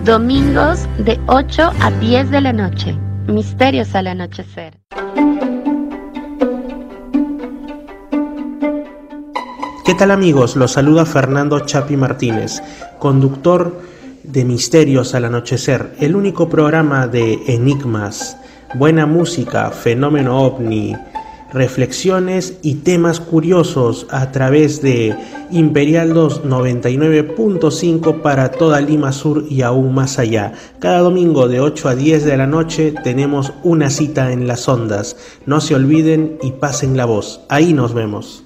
Domingos de 8 a 10 de la noche. Misterios al anochecer. ¿Qué tal, amigos? Los saluda Fernando Chapi Martínez, conductor de Misterios al Anochecer, el único programa de enigmas, buena música, fenómeno ovni, reflexiones y temas curiosos a través de Imperial 2 99.5 para toda Lima Sur y aún más allá. Cada domingo de 8 a 10 de la noche tenemos una cita en las ondas. No se olviden y pasen la voz. Ahí nos vemos.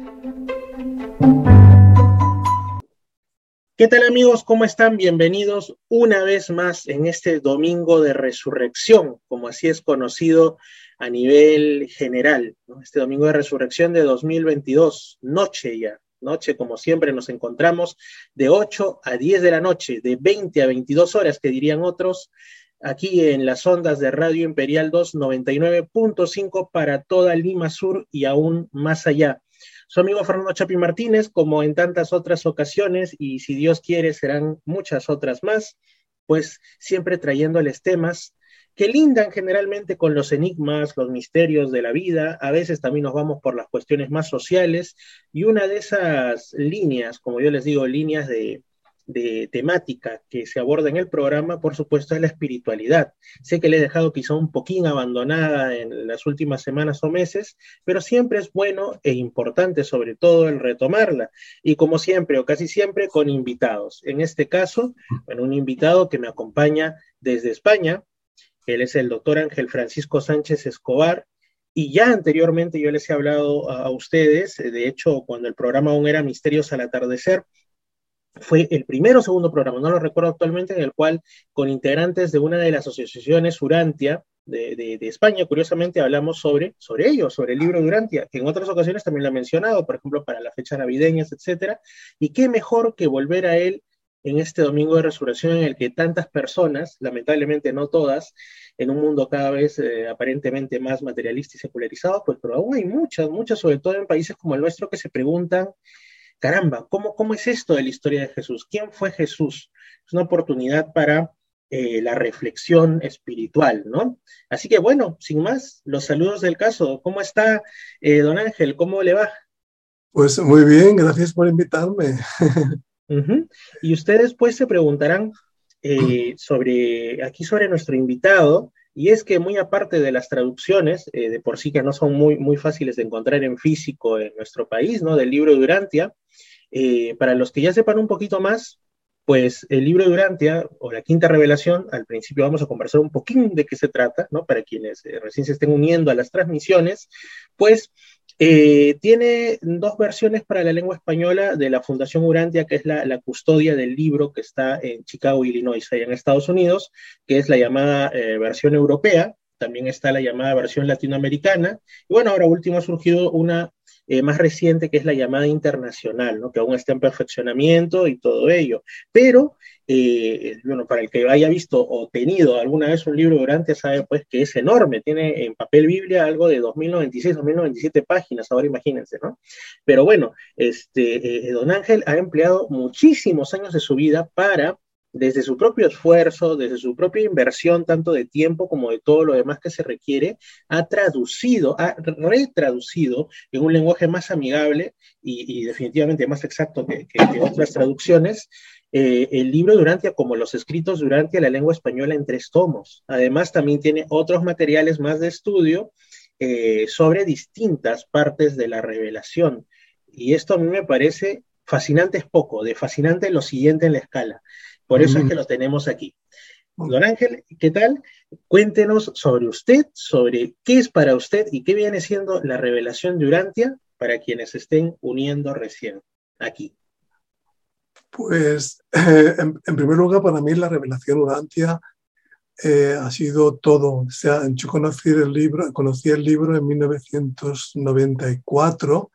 ¿Qué tal, amigos? ¿Cómo están? Bienvenidos una vez más en este domingo de resurrección, como así es conocido a nivel general, ¿no? Este domingo de resurrección de 2022, noche ya, noche como siempre nos encontramos de 8 a 10 de la noche, de 20 a 22 horas, que dirían otros, aquí en las ondas de Radio Imperial 2 99.5 para toda Lima Sur y aún más allá. Su amigo Fernando Chapi Martínez, como en tantas otras ocasiones, y si Dios quiere serán muchas otras más, pues siempre trayéndoles temas que lindan generalmente con los enigmas, los misterios de la vida. A veces también nos vamos por las cuestiones más sociales, y una de esas líneas, como yo les digo, líneas de temática que se aborda en el programa, por supuesto, es la espiritualidad. Sé que le he dejado quizá un poquín abandonada en las últimas semanas o meses, pero siempre es bueno e importante, sobre todo, el retomarla. Y como siempre, o casi siempre, con invitados. En este caso, bueno, un invitado que me acompaña desde España. Él es el doctor Ángel Francisco Sánchez Escobar. Y ya anteriormente yo les he hablado a ustedes, de hecho, cuando el programa aún era Misterios al Atardecer, fue el primero o segundo programa, no lo recuerdo actualmente, en el cual con integrantes de una de las asociaciones Urantia de España, curiosamente hablamos sobre ello, sobre el libro de Urantia, que en otras ocasiones también lo he mencionado, por ejemplo, para las fechas navideñas, etcétera, y qué mejor que volver a él en este domingo de resurrección en el que tantas personas, lamentablemente no todas, en un mundo cada vez aparentemente más materialista y secularizado, pues pero aún hay muchas, sobre todo en países como el nuestro, que se preguntan, caramba, ¿cómo es esto de la historia de Jesús? ¿Quién fue Jesús? Es una oportunidad para la reflexión espiritual, ¿no? Así que bueno, sin más, los saludos del caso. ¿Cómo está, don Ángel? ¿Cómo le va? Pues muy bien, gracias por invitarme. Y ustedes pues se preguntarán sobre nuestro invitado, y es que muy aparte de las traducciones, de por sí que no son muy fáciles de encontrar en físico en nuestro país, ¿no? Del libro de Urantia, para los que ya sepan un poquito más, pues el libro de Urantia, o la Quinta Revelación, al principio vamos a conversar un poquín de qué se trata, ¿no? Para quienes recién se estén uniendo a las transmisiones, pues tiene dos versiones para la lengua española de la Fundación Urantia, que es la custodia del libro que está en Chicago, Illinois, allá en Estados Unidos, que es la llamada versión europea. También está la llamada versión latinoamericana. Y bueno, ahora último ha surgido una más reciente, que es la llamada internacional, ¿no? Que aún está en perfeccionamiento y todo ello. Pero, bueno, para el que haya visto o tenido alguna vez un libro de Urantia, sabe pues que es enorme. Tiene en papel Biblia algo de 2096, 2097 páginas, ahora imagínense, ¿no? Pero bueno, don Ángel ha empleado muchísimos años de su vida para, desde su propio esfuerzo, desde su propia inversión, tanto de tiempo como de todo lo demás que se requiere, ha retraducido en un lenguaje más amigable y definitivamente más exacto que otras traducciones, el libro de Urantia, como los escritos de Urantia, la lengua española, en 3 tomos. Además, también tiene otros materiales más de estudio sobre distintas partes de la revelación. Y esto a mí me parece fascinante, es poco, de fascinante lo siguiente en la escala. Por eso es que lo tenemos aquí. Don Ángel, ¿qué tal? Cuéntenos sobre usted, sobre qué es para usted y qué viene siendo la revelación de Urantia para quienes se estén uniendo recién aquí. Pues, en primer lugar, para mí la revelación Urantia ha sido todo. O sea, yo conocí el libro en 1994.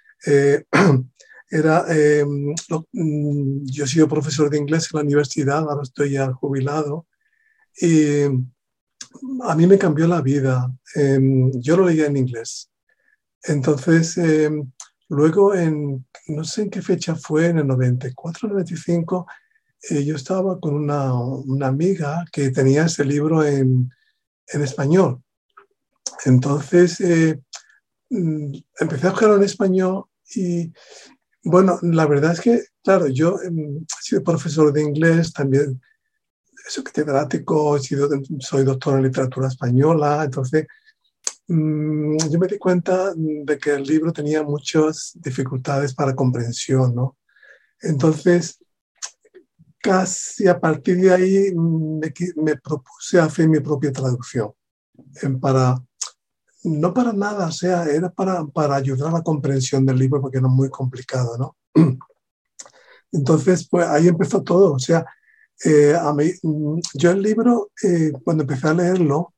Yo he sido profesor de inglés en la universidad, ahora estoy ya jubilado, y a mí me cambió la vida. Yo lo leía en inglés. Entonces, luego, no sé en qué fecha fue, en el 94, 95, yo estaba con una amiga que tenía ese libro en español. Entonces, empecé a buscarlo en español y, bueno, la verdad es que, claro, yo he sido profesor de inglés, también soy catedrático, soy doctor en literatura española, entonces yo me di cuenta de que el libro tenía muchas dificultades para comprensión, ¿no? Entonces, casi a partir de ahí me propuse hacer mi propia traducción, para, no para nada, o sea, era para ayudar a la comprensión del libro porque era muy complicado, ¿no? Entonces, pues ahí empezó todo, o sea, a mí, yo el libro, cuando empecé a leerlo,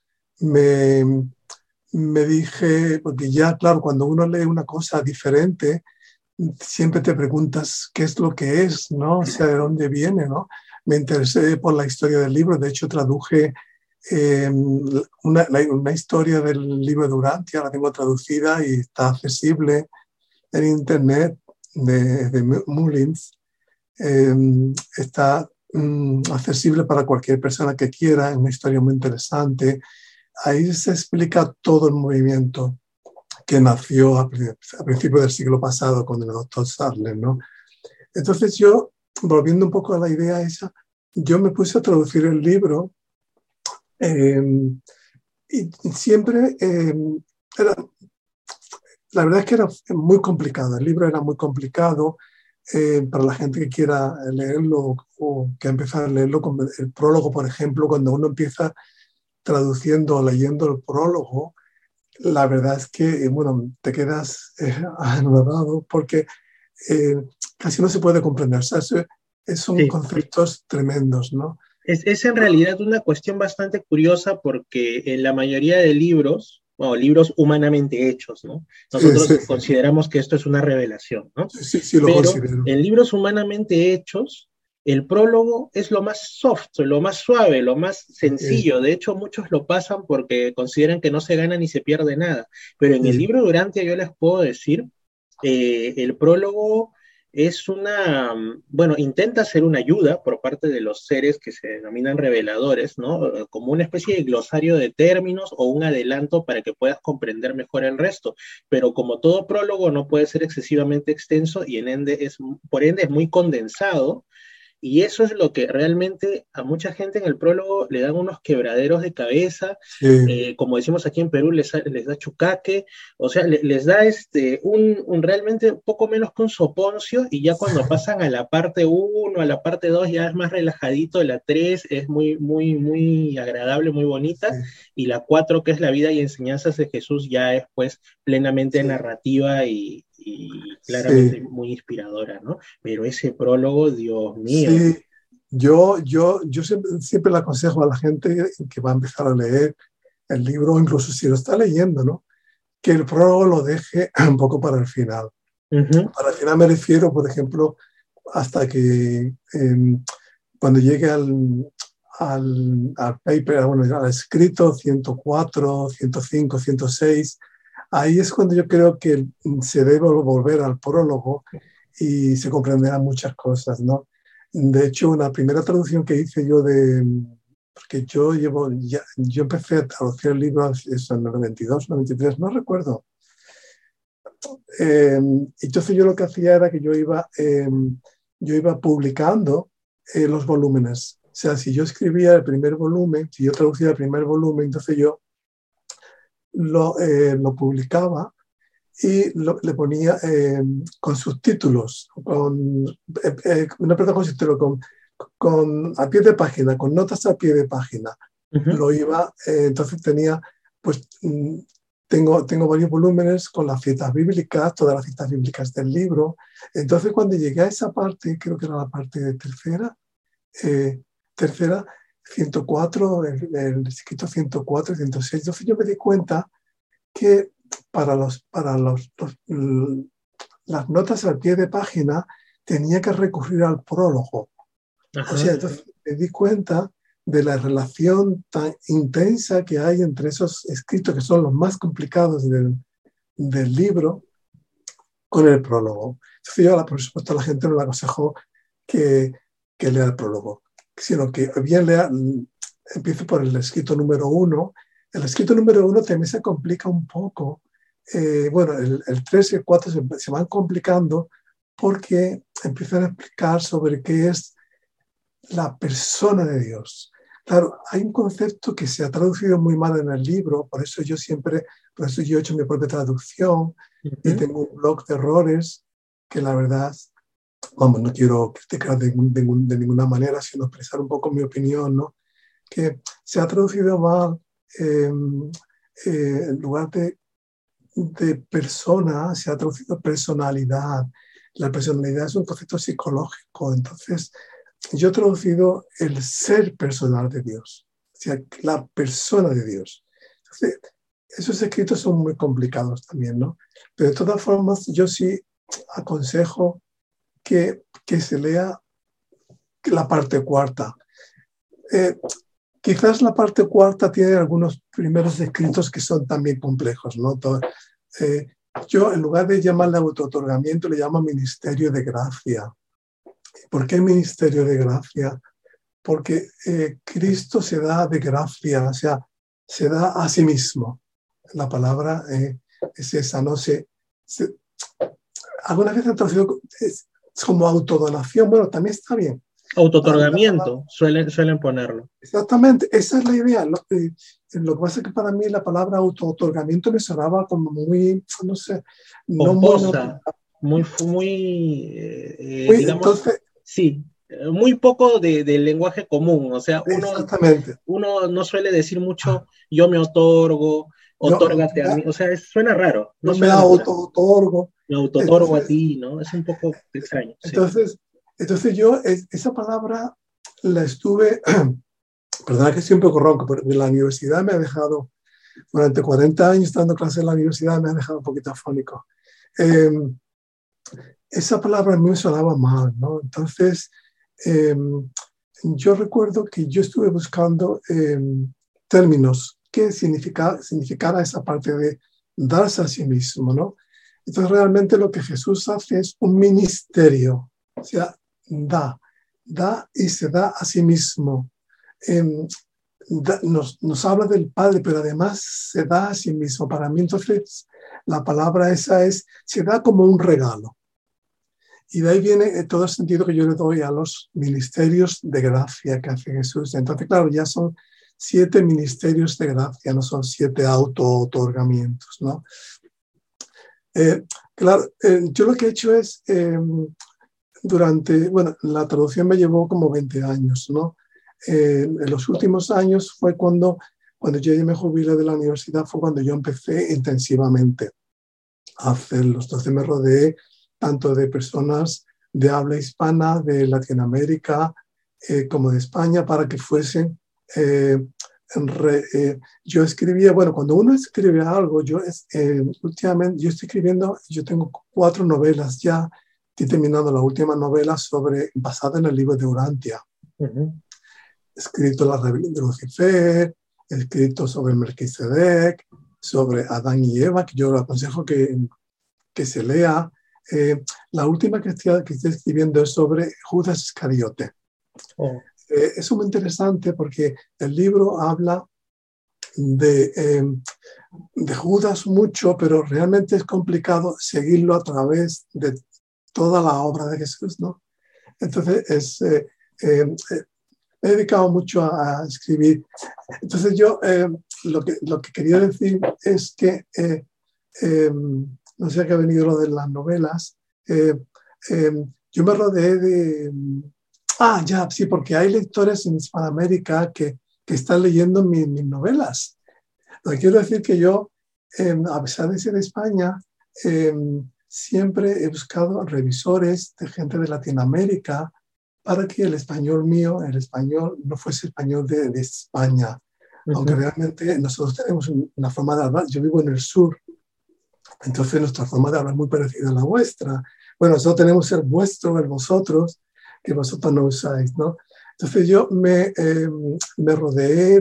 me dije, porque ya, claro, cuando uno lee una cosa diferente, siempre te preguntas qué es lo que es, ¿no? O sea, de dónde viene, ¿no? Me interesé por la historia del libro, de hecho traduje una historia del libro de Urantia, la tengo traducida y está accesible en internet de Mullins. Está accesible para cualquier persona que quiera, es una historia muy interesante. Ahí se explica todo el movimiento que nació a principios del siglo pasado con el doctor Sadler, ¿no? Entonces yo, volviendo un poco a la idea esa, yo me puse a traducir el libro y siempre la verdad es que era muy complicado, el libro era muy complicado para la gente que quiera leerlo o que empezar a leerlo, con el prólogo, por ejemplo, cuando uno empieza traduciendo o leyendo el prólogo, la verdad es que, bueno, te quedas anonadado porque casi no se puede comprender. O sea, son conceptos tremendos, ¿no? Es en realidad una cuestión bastante curiosa porque en la mayoría de libros, o libros humanamente hechos, ¿no? Nosotros consideramos que esto es una revelación, ¿no? Sí, lo pero considero. En libros humanamente hechos, el prólogo es lo más soft, lo más suave, lo más sencillo. De hecho, muchos lo pasan porque consideran que no se gana ni se pierde nada. Pero en el libro de Urantia yo les puedo decir, el prólogo es bueno, intenta ser una ayuda por parte de los seres que se denominan reveladores, ¿no? Como una especie de glosario de términos o un adelanto para que puedas comprender mejor el resto. Pero como todo prólogo no puede ser excesivamente extenso y por ende es muy condensado. Y eso es lo que realmente a mucha gente en el prólogo le dan unos quebraderos de cabeza, como decimos aquí en Perú, les da chucaque, o sea, les da realmente poco menos que un soponcio, y ya cuando pasan a la parte 1, a la parte 2, ya es más relajadito, la 3 es muy, muy, muy agradable, muy bonita, y la 4, que es la vida y enseñanzas de Jesús, ya es pues plenamente narrativa y claramente muy inspiradora, ¿no? Pero ese prólogo, Dios mío. Sí, yo siempre le aconsejo a la gente que va a empezar a leer el libro, incluso si lo está leyendo, ¿no? Que el prólogo lo deje un poco para el final. Para el final me refiero, por ejemplo, hasta que cuando llegue al paper, bueno, al escrito 104, 105, 106, ahí es cuando yo creo que se debe volver al prólogo y se comprenderán muchas cosas, ¿no? De hecho, una primera traducción que hice yo porque yo empecé a traducir el libro en el 92, 93, no recuerdo. Entonces yo lo que hacía era que yo iba publicando los volúmenes. O sea, si yo escribía el primer volumen, si yo traducía el primer volumen, entonces yo lo publicaba y le ponía con subtítulos, a pie de página, con notas a pie de página. Lo iba, entonces tenía, pues tengo varios volúmenes con las citas bíblicas, todas las citas bíblicas del libro. Entonces cuando llegué a esa parte, creo que era la parte tercera, 104, el escrito 104, 106, entonces yo me di cuenta que para las notas al pie de página tenía que recurrir al prólogo. O sea, entonces me di cuenta de la relación tan intensa que hay entre esos escritos que son los más complicados del libro con el prólogo. Entonces yo, por supuesto, a la gente no le aconsejo que que lea el prólogo, sino que bien lea, empiezo por el escrito número 1. El escrito número 1 también se complica un poco. Bueno, el 3 y el 4 se van complicando porque empiezan a explicar sobre qué es la persona de Dios. Claro, hay un concepto que se ha traducido muy mal en el libro, por eso yo he hecho mi propia traducción y tengo un blog de errores que la verdad, vamos, no quiero criticar de ninguna manera, sino expresar un poco mi opinión, ¿no? Que se ha traducido mal en lugar de persona, se ha traducido personalidad. La personalidad es un concepto psicológico, entonces yo he traducido el ser personal de Dios, o sea, la persona de Dios. Entonces, esos escritos son muy complicados también, ¿no? Pero de todas formas, yo sí aconsejo que se lea la parte cuarta. Quizás la parte cuarta tiene algunos primeros escritos que son también complejos, ¿no? Yo, en lugar de llamarle autootorgamiento, le llamo ministerio de gracia. ¿Por qué ministerio de gracia? Porque Cristo se da de gracia, o sea, se da a sí mismo. La palabra es esa, ¿no? Algunas veces han traducido como autodonación, bueno, también está bien. Autootorgamiento, suelen ponerlo. Exactamente, esa es la idea. Lo que pasa es que para mí la palabra autootorgamiento me sonaba como muy, no sé, pomposa, no muy digamos, entonces, sí, muy poco del lenguaje común. O sea, uno no suele decir mucho, yo me otorgo, otórgate a mí. O sea, suena raro. No me auto-otorgo. Me auto-otorgo a ti, ¿no? Es un poco extraño. Entonces yo esa palabra la estuve, perdona que estoy un poco ronco, pero la universidad me ha dejado, durante 40 años dando clases en la universidad, me ha dejado un poquito afónico. Esa palabra a mí me sonaba mal, ¿no? Entonces, yo recuerdo que yo estuve buscando términos que significara esa parte de darse a sí mismo, ¿no? Entonces, realmente lo que Jesús hace es un ministerio, o sea, da y se da a sí mismo. Nos habla del Padre, pero además se da a sí mismo. Para mí, entonces, la palabra esa se da como un regalo. Y de ahí viene todo el sentido que yo le doy a los ministerios de gracia que hace Jesús. Entonces, claro, ya son 7 ministerios de gracia, no son 7 auto-otorgamientos, ¿no? Claro, yo lo que he hecho es, la traducción me llevó como 20 años, ¿no? En los últimos años fue cuando yo ya me jubilé de la universidad, fue cuando yo empecé intensivamente a hacerlos. Entonces me rodeé tanto de personas de habla hispana, de Latinoamérica, como de España, para que fuesen... yo escribía, bueno, cuando uno escribe algo, últimamente yo estoy escribiendo, yo tengo 4 novelas ya, estoy terminando la última novela basada en el libro de Urantia. He escrito La rebelión de Lucifer, he escrito sobre Melquisedec, sobre Adán y Eva, que yo le aconsejo que se lea. La última que estoy escribiendo es sobre Judas Iscariote. Es muy interesante porque el libro habla de Judas mucho, pero realmente es complicado seguirlo a través de toda la obra de Jesús, ¿no? Entonces, me he dedicado mucho a escribir. Entonces yo lo que quería decir es que, no sé a qué ha venido lo de las novelas, yo me rodeé de... sí, porque hay lectores en Hispanoamérica que están leyendo mis novelas. Lo que quiero decir que yo, a pesar de ser de España, siempre he buscado revisores de gente de Latinoamérica para que el español mío, el español, no fuese español de España. Aunque realmente nosotros tenemos una forma de hablar. Yo vivo en el sur, entonces nuestra forma de hablar es muy parecida a la vuestra. Bueno, nosotros tenemos el vuestro, el vosotros, que vosotros no usáis, ¿no? Entonces yo me rodeé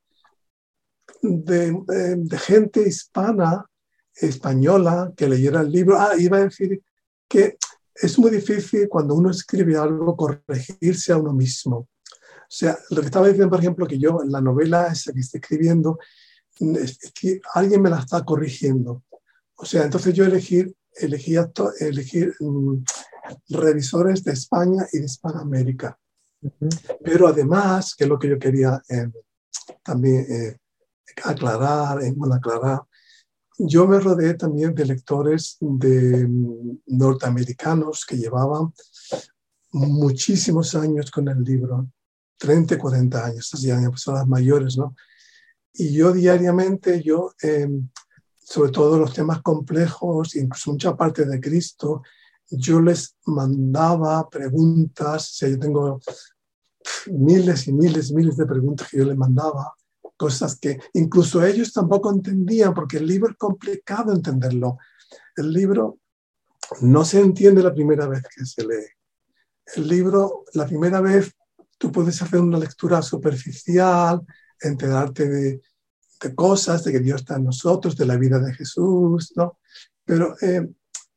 de gente hispana, española, que leyera el libro. Iba a decir que es muy difícil cuando uno escribe algo corregirse a uno mismo. O sea, lo que estaba diciendo, por ejemplo, que yo en la novela esa que estoy escribiendo, es que alguien me la está corrigiendo. O sea, entonces yo elegí revisores de España y de Hispanoamérica. Pero además, que es lo que yo quería también aclarar, yo me rodeé también de lectores norteamericanos que llevaban muchísimos años con el libro, 30, 40 años, ya personas mayores, ¿no? Y yo diariamente, sobre todo los temas complejos, incluso mucha parte de Cristo, yo les mandaba preguntas, o sea, yo tengo miles y miles de preguntas que yo les mandaba, cosas que incluso ellos tampoco entendían, porque el libro es complicado entenderlo. El libro no se entiende la primera vez que se lee. El libro, la primera vez, tú puedes hacer una lectura superficial, enterarte de cosas, de que Dios está en nosotros, de la vida de Jesús, ¿no? Pero el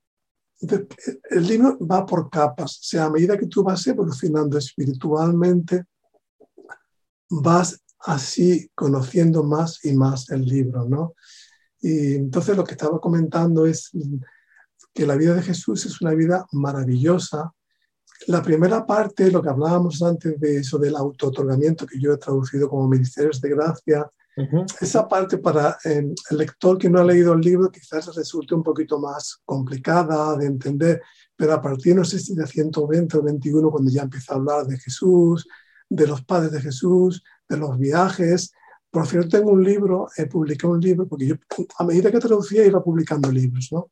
libro va por capas. O sea, a medida que tú vas evolucionando espiritualmente, vas así conociendo más y más el libro, ¿no? Y entonces lo que estaba comentando es que la vida de Jesús es una vida maravillosa. La primera parte, lo que hablábamos antes de eso del auto-otorgamiento, que yo he traducido como ministerios de gracia, esa parte para el lector que no ha leído el libro quizás resulte un poquito más complicada de entender, pero a partir, no sé si de 120 o 21, cuando ya empieza a hablar de Jesús, de los padres de Jesús, de los viajes. Por cierto, tengo un libro, publiqué un libro, porque yo a medida que traducía iba publicando libros, ¿no?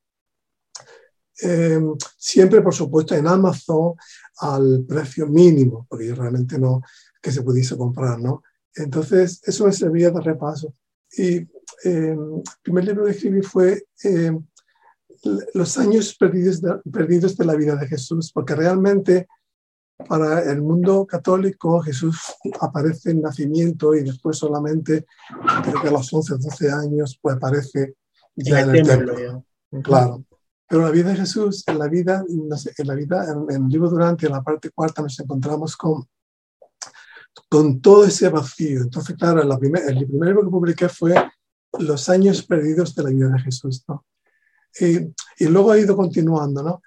Siempre, por supuesto, en Amazon al precio mínimo, porque yo realmente no que se pudiese comprar, ¿no? Entonces, eso me servía de repaso. Y el primer libro que escribí fue Los años perdidos de la vida de Jesús, porque realmente para el mundo católico Jesús aparece en nacimiento y después solamente, creo que a los 11, 12 años, pues aparece ya en el templo. Claro. Pero la vida de Jesús, en el libro Durante, en la parte cuarta, nos encontramos con todo ese vacío. Entonces, claro, el primer libro que publiqué fue Los años perdidos de la vida de Jesús, ¿no? Y luego ha ido continuando, ¿no?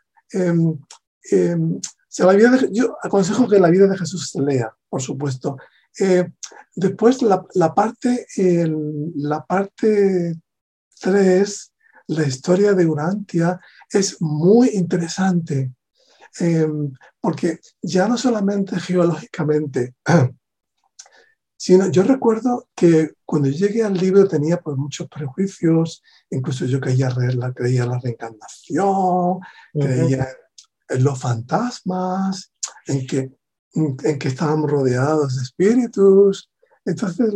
Yo aconsejo que la vida de Jesús se lea, por supuesto. Después, la parte 3, la historia de Urantia, es muy interesante, porque ya no solamente geológicamente, sino yo recuerdo que cuando llegué al libro tenía pues muchos prejuicios, incluso yo creía en la reencarnación, creía en los fantasmas, en que estábamos rodeados de espíritus. Entonces,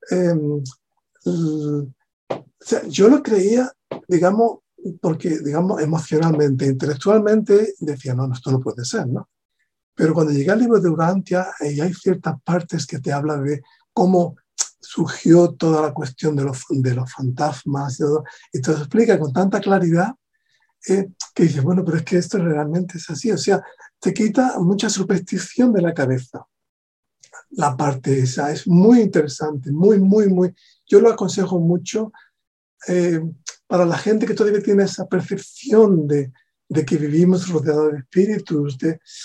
o sea, yo lo creía, digamos, porque, digamos, emocionalmente, intelectualmente, decía, no, esto no puede ser, ¿no? Pero cuando llegué al libro de Urantia, hay ciertas partes que te hablan de cómo surgió toda la cuestión de los fantasmas, y te lo explica con tanta claridad que dices, bueno, pero es que esto realmente es así. O sea, te quita mucha superstición de la cabeza. La parte esa es muy interesante, muy. Yo lo aconsejo mucho para la gente que todavía tiene esa percepción de que vivimos rodeados de espíritus.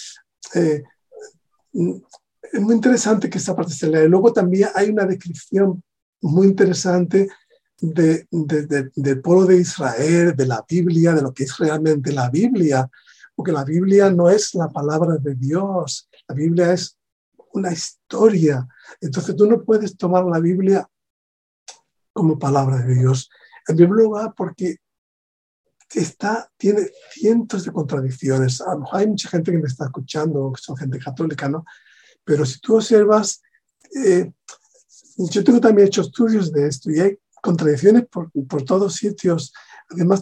Es muy interesante que esa parte se lea. Luego también hay una descripción muy interesante del pueblo de Israel, de la Biblia, de lo que es realmente la Biblia, porque la Biblia no es la palabra de Dios, la Biblia es una historia. Entonces tú no puedes tomar la Biblia como palabra de Dios. En primer lugar, porque tiene cientos de contradicciones. A lo mejor hay mucha gente que me está escuchando, que son gente católica, ¿no? Pero si tú observas, yo tengo también hecho estudios de esto y hay contradicciones por todos sitios. Además,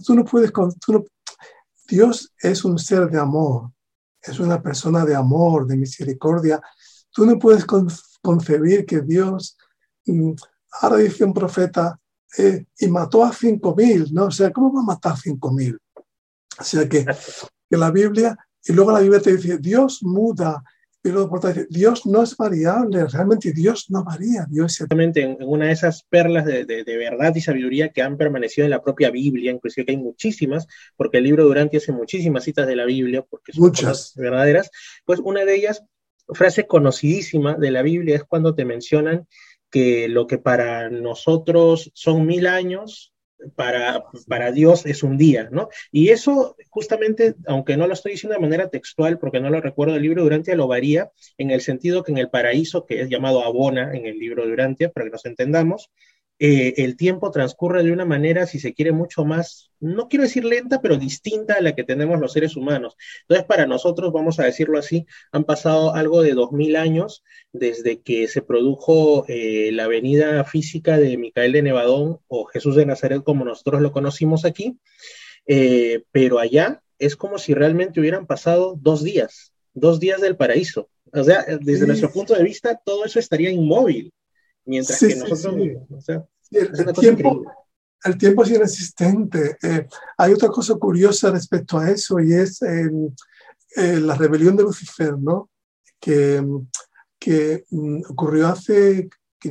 Dios es un ser de amor, es una persona de amor, de misericordia. Tú no puedes concebir que Dios, ahora dice un profeta, y mató a 5.000, ¿no? O sea, ¿cómo va a matar a 5.000? O sea que la Biblia Y luego la Biblia te dice, Dios muda. Y luego por dice, Dios no es variable, realmente Dios no varía. Dios es... En una de esas perlas de verdad y sabiduría que han permanecido en la propia Biblia, inclusive que hay muchísimas, porque el libro Durante hace muchísimas citas de la Biblia, porque son cosas verdaderas, pues una de ellas, frase conocidísima de la Biblia, es cuando te mencionan que lo que para nosotros son 1000 años, para Dios es un día, ¿no? Y eso justamente, aunque no lo estoy diciendo de manera textual, porque no lo recuerdo del libro Durantia, lo varía en el sentido que en el paraíso, que es llamado Abona en el libro Durantia, para que nos entendamos, el tiempo transcurre de una manera, si se quiere, mucho más, no quiero decir lenta, pero distinta a la que tenemos los seres humanos. Entonces, para nosotros, vamos a decirlo así, han pasado algo de 2000 años desde que se produjo la venida física de Micael de Nevadón o Jesús de Nazaret, como nosotros lo conocimos aquí, pero allá es como si realmente hubieran pasado 2 días del paraíso. O sea, desde nuestro punto de vista, todo eso estaría inmóvil. Mientras que nosotros, o sea, es una cosa increíble. El tiempo es inexistente. Hay otra cosa curiosa respecto a eso y es la rebelión de Lucifer, ¿no? Que ocurrió hace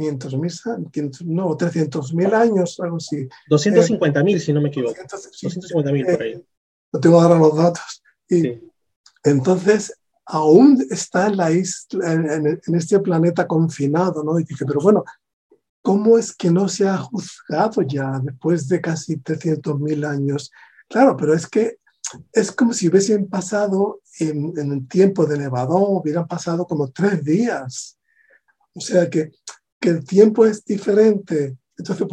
300.000 años, algo así. 250.000, si no me equivoco. 250.000 por ahí. No tengo ahora los datos. Y sí. Entonces, aún está en la isla, en este planeta confinado, ¿no? Y dije, pero bueno, ¿cómo es que no se ha juzgado ya después de casi 300.000 años? Claro, pero es que es como si hubiesen pasado en el tiempo de Nevadón, hubieran pasado como 3 días. O sea que el tiempo es diferente. Entonces,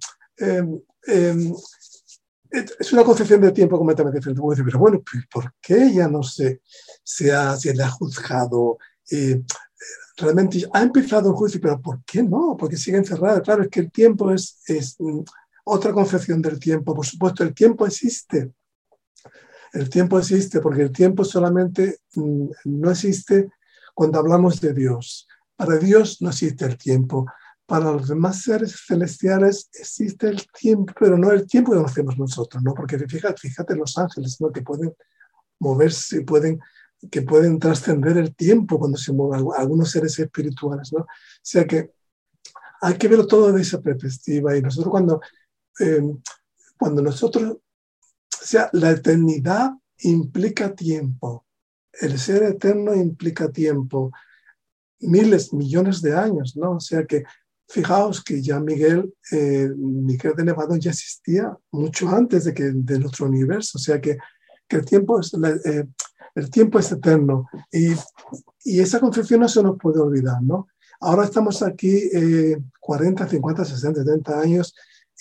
es una concepción de tiempo completamente diferente. Decir, pero bueno, ¿por qué ya no se le ha juzgado? Realmente ha empezado el juicio, pero ¿por qué no? Porque sigue encerrado. Claro, es que el tiempo es otra concepción del tiempo. Por supuesto, el tiempo existe. El tiempo existe porque el tiempo solamente no existe cuando hablamos de Dios. Para Dios no existe el tiempo. Para los demás seres celestiales existe el tiempo, pero no el tiempo que conocemos nosotros, ¿no? Porque fíjate los ángeles, ¿no? Que pueden moverse, que pueden trascender el tiempo cuando se mueven algunos seres espirituales, ¿no? O sea que hay que verlo todo de esa perspectiva. Y nosotros cuando nosotros, o sea, la eternidad implica tiempo. El ser eterno implica tiempo. Miles, millones de años, ¿no? O sea que fijaos que ya Miguel de Nevadón ya existía mucho antes de nuestro universo. O sea que el tiempo es eterno. Y esa concepción no se nos puede olvidar, ¿no? Ahora estamos aquí 40, 50, 60, 70 años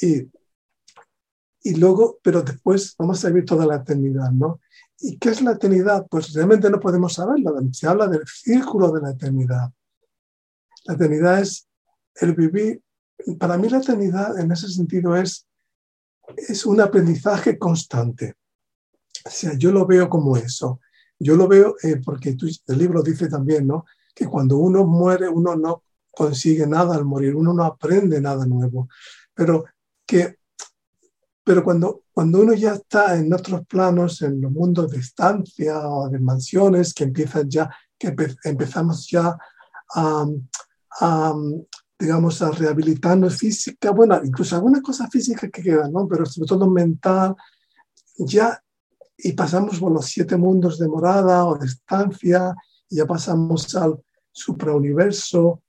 y luego, pero después vamos a vivir toda la eternidad, ¿no? ¿Y qué es la eternidad? Pues realmente no podemos saberlo. Se habla del círculo de la eternidad. La eternidad es el vivir. Para mí la eternidad en ese sentido es un aprendizaje constante. O sea, yo lo veo como eso. Yo lo veo porque el libro dice también, ¿no? Que cuando uno muere, uno no consigue nada al morir, uno no aprende nada nuevo. Pero cuando uno ya está en otros planos, en los mundos de estancia o de mansiones, que empezamos ya digamos, a rehabilitarnos física, bueno, incluso algunas cosas físicas que quedan, ¿no? Pero sobre todo mental, ya, y pasamos por los 7 mundos de morada o de estancia, y ya pasamos al suprauniverso.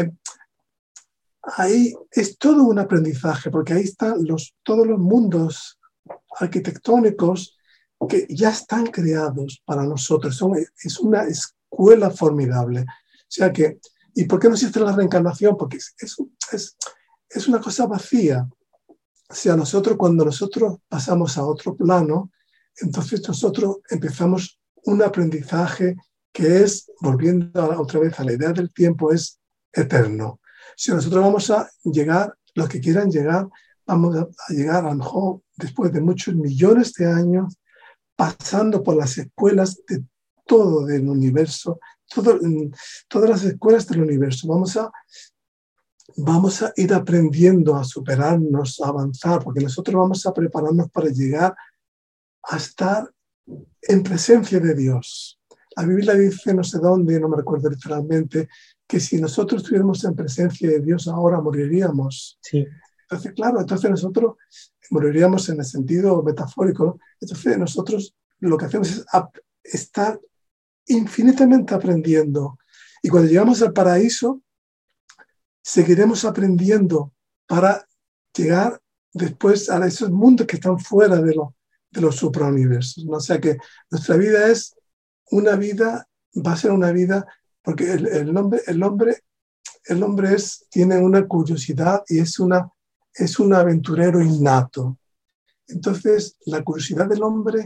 Ahí es todo un aprendizaje, porque ahí están todos los mundos arquitectónicos que ya están creados para nosotros. Es una escuela formidable. O sea que, ¿y por qué no existe la reencarnación? Porque es una cosa vacía. O sea, cuando nosotros pasamos a otro plano, entonces nosotros empezamos un aprendizaje que es, volviendo otra vez a la idea del tiempo, es eterno. Si nosotros vamos a llegar, los que quieran llegar, vamos a llegar a lo mejor después de muchos millones de años, pasando por las escuelas de todo el universo, todas las escuelas del universo. Vamos a ir aprendiendo a superarnos, a avanzar, porque nosotros vamos a prepararnos para llegar a estar en presencia de Dios. La Biblia dice, no sé dónde, no me recuerdo literalmente, que si nosotros estuviéramos en presencia de Dios ahora moriríamos. Sí. Entonces, claro, entonces nosotros moriríamos en el sentido metafórico, ¿no? Entonces nosotros lo que hacemos es estar infinitamente aprendiendo. Y cuando llegamos al paraíso, seguiremos aprendiendo para llegar después a esos mundos que están fuera de los suprauniversos, ¿no? O sea que nuestra vida es una vida, va a ser una vida, porque el hombre tiene una curiosidad y es un aventurero innato. Entonces, la curiosidad del hombre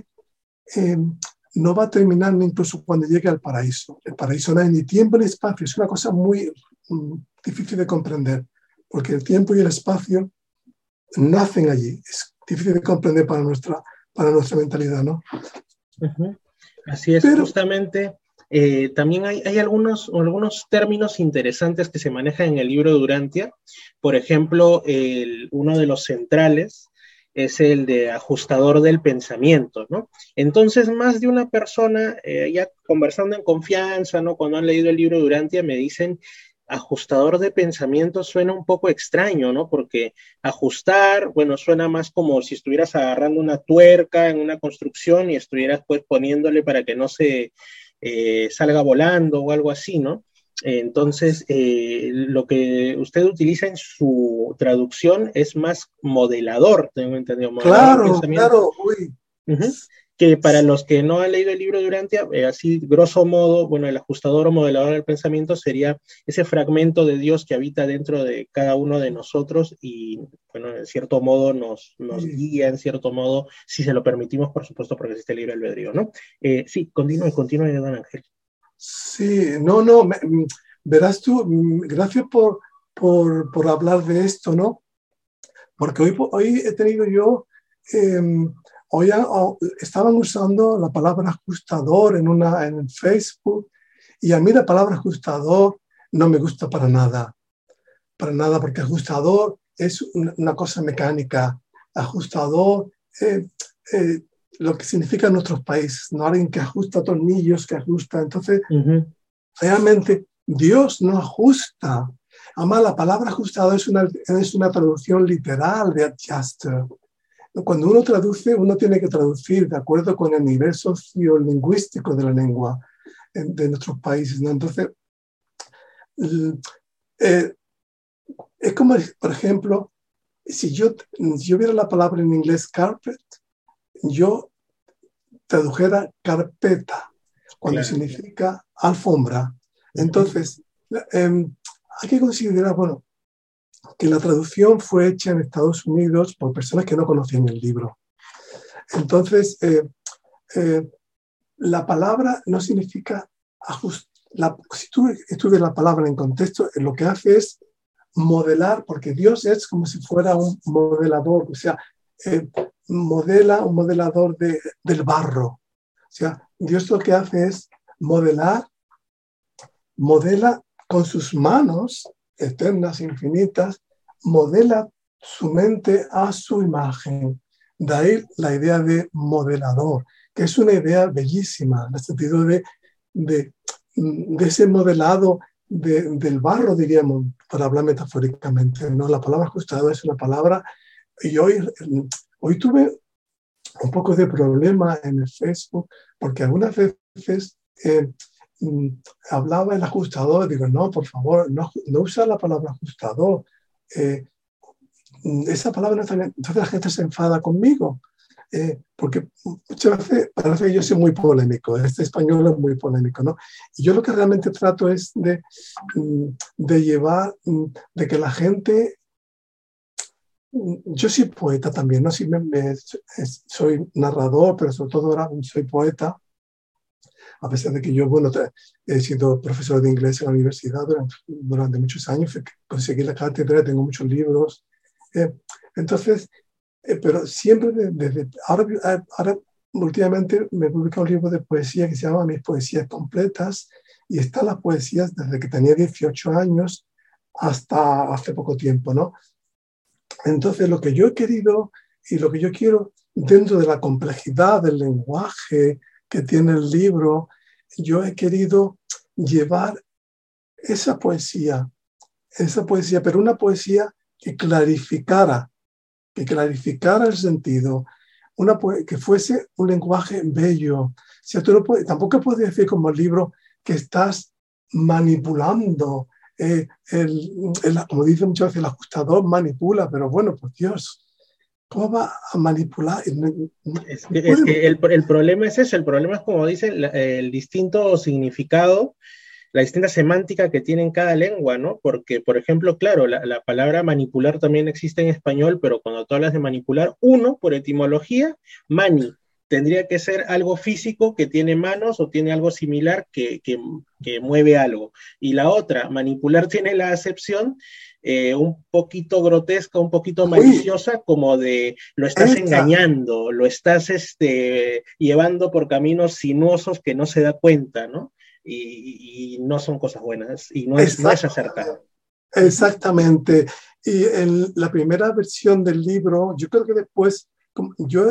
no va a terminar incluso cuando llegue al paraíso. El paraíso no hay ni tiempo ni espacio, es una cosa muy difícil de comprender, porque el tiempo y el espacio nacen allí. Es difícil de comprender para nuestra mentalidad, ¿no? Uh-huh. Así es, pero justamente también hay algunos términos interesantes que se manejan en el libro de Durantia. Por ejemplo, uno de los centrales es el de ajustador del pensamiento, ¿no? Entonces, más de una persona, ya conversando en confianza, ¿no? Cuando han leído el libro de Durantia, me dicen, ajustador de pensamiento suena un poco extraño, ¿no? Porque ajustar, bueno, suena más como si estuvieras agarrando una tuerca en una construcción y estuvieras pues poniéndole para que no se salga volando o algo así, ¿no? Entonces, lo que usted utiliza en su traducción es más modelador, tengo entendido. Modelador claro, uy. Uh-huh. Que para los que no han leído el libro de Durantia, así grosso modo, bueno, el ajustador o modelador del pensamiento sería ese fragmento de Dios que habita dentro de cada uno de nosotros y, bueno, en cierto modo nos guía, en cierto modo, si se lo permitimos, por supuesto, porque existe el libre albedrío, ¿no? Sí, continúe, don Ángel. Sí, verás tú, gracias por hablar de esto, ¿no? Porque hoy he tenido yo, hoy estaban usando la palabra ajustador en Facebook, y a mí la palabra ajustador no me gusta para nada, porque ajustador es una cosa mecánica. Ajustador, lo que significa en nuestros países, ¿no? Alguien que ajusta tornillos, que ajusta. Entonces, realmente Dios no ajusta. Además, la palabra ajustado es una traducción literal de adjuster. Cuando uno traduce, uno tiene que traducir de acuerdo con el nivel sociolingüístico de la lengua de nuestros países, ¿no? Entonces, es como, por ejemplo, si yo viera la palabra en inglés carpet, yo tradujera carpeta, cuando significa alfombra. Entonces, hay que considerar, bueno, que la traducción fue hecha en Estados Unidos por personas que no conocían el libro. Entonces, la palabra no significa ajustar. Si tú estudias la palabra en contexto, lo que hace es modelar, porque Dios es como si fuera un modelador, o sea, un modelador del barro. O sea, Dios lo que hace es modela con sus manos eternas, infinitas, modela su mente a su imagen. De ahí la idea de modelador, que es una idea bellísima, en el sentido de ese modelado del barro, diríamos, para hablar metafóricamente, ¿no? La palabra ajustado es una palabra, y hoy tuve un poco de problema en el Facebook, porque algunas veces hablaba el ajustador, digo, no, por favor, no usa la palabra ajustador, esa palabra no está bien. Entonces la gente se enfada conmigo, porque muchas veces parece que yo soy muy polémico, este español es muy polémico, ¿no? Y yo lo que realmente trato es de llevar, de que la gente... Yo soy poeta también, ¿no? Soy narrador, pero sobre todo ahora soy poeta, a pesar de que yo, bueno, he sido profesor de inglés en la universidad durante muchos años, conseguí la cátedra, tengo muchos libros. Entonces, pero siempre desde ahora últimamente me publica un libro de poesía que se llama Mis poesías completas, y están las poesías desde que tenía 18 años hasta hace poco tiempo, ¿no? Entonces, lo que yo he querido y lo que yo quiero dentro de la complejidad del lenguaje que tiene el libro, yo he querido llevar esa poesía, pero una poesía que clarificara el sentido, que fuese un lenguaje bello. O sea, tú tampoco puedes decir como el libro que estás manipulando. Como dice muchas veces, el ajustador manipula, pero bueno, pues Dios, ¿cómo va a manipular? Es que el problema es eso, el problema es, como dicen, el distinto significado, la distinta semántica que tiene en cada lengua, ¿no? Porque, por ejemplo, claro, la palabra manipular también existe en español, pero cuando tú hablas de manipular, uno, por etimología, mani, tendría que ser algo físico que tiene manos o tiene algo similar que mueve algo. Y la otra, manipular, tiene la acepción un poquito grotesca, un poquito maliciosa, como de lo estás engañando, lo estás llevando por caminos sinuosos que no se da cuenta, ¿no? Y no son cosas buenas, y no es acertado. Exactamente. Y la primera versión del libro, yo creo que después, yo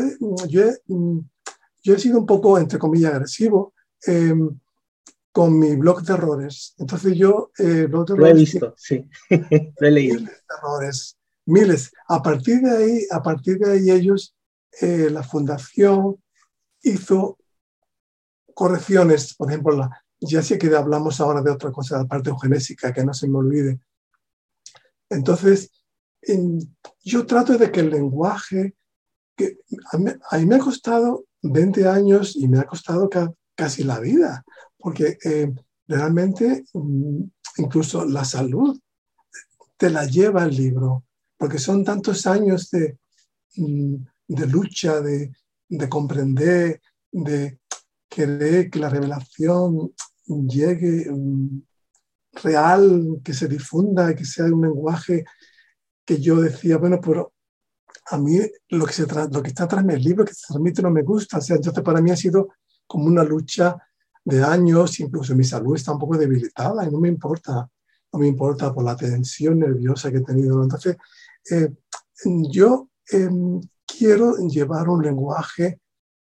he sido un poco, entre comillas, agresivo con mi blog de errores. Entonces yo... lo he visto, sí, lo he leído. Miles de errores, miles. A partir de ahí ellos, la fundación hizo correcciones, por ejemplo, ya sé que hablamos ahora de otra cosa, la parte eugenésica, que no se me olvide. Entonces, yo trato de que el lenguaje, que a mí me ha costado 20 años y me ha costado casi la vida, porque realmente incluso la salud te la lleva el libro, porque son tantos años de lucha, de comprender, de querer que la revelación llegue real, que se difunda, que sea un lenguaje que yo decía, bueno, pero a mí lo que está atrás del libro, que se transmite, no me gusta. O sea, entonces para mí ha sido como una lucha de años, incluso mi salud está un poco debilitada y no me importa por la tensión nerviosa que he tenido. Entonces, yo quiero llevar un lenguaje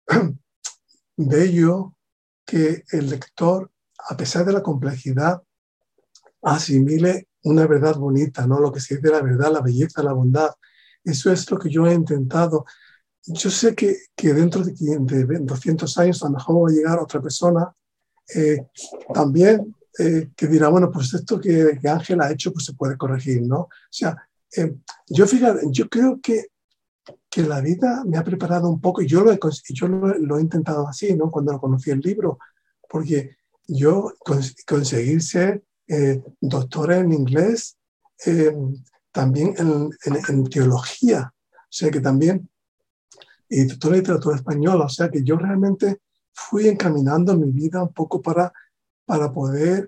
bello, que el lector, a pesar de la complejidad, asimile una verdad bonita, ¿no? Lo que se dice la verdad, la belleza, la bondad. Eso es lo que yo he intentado. Yo sé que dentro de 200 años a lo mejor va a llegar otra persona también que dirá, bueno, pues esto que Ángel ha hecho pues se puede corregir, ¿no? O sea, yo creo que la vida me ha preparado un poco, y yo lo he intentado así, ¿no? Cuando conocí el libro, porque yo conseguir ser doctora en inglés, también en teología, o sea que también, y doctora en literatura española, o sea que yo realmente fui encaminando mi vida un poco para poder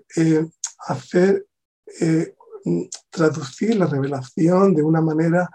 traducir la revelación de una manera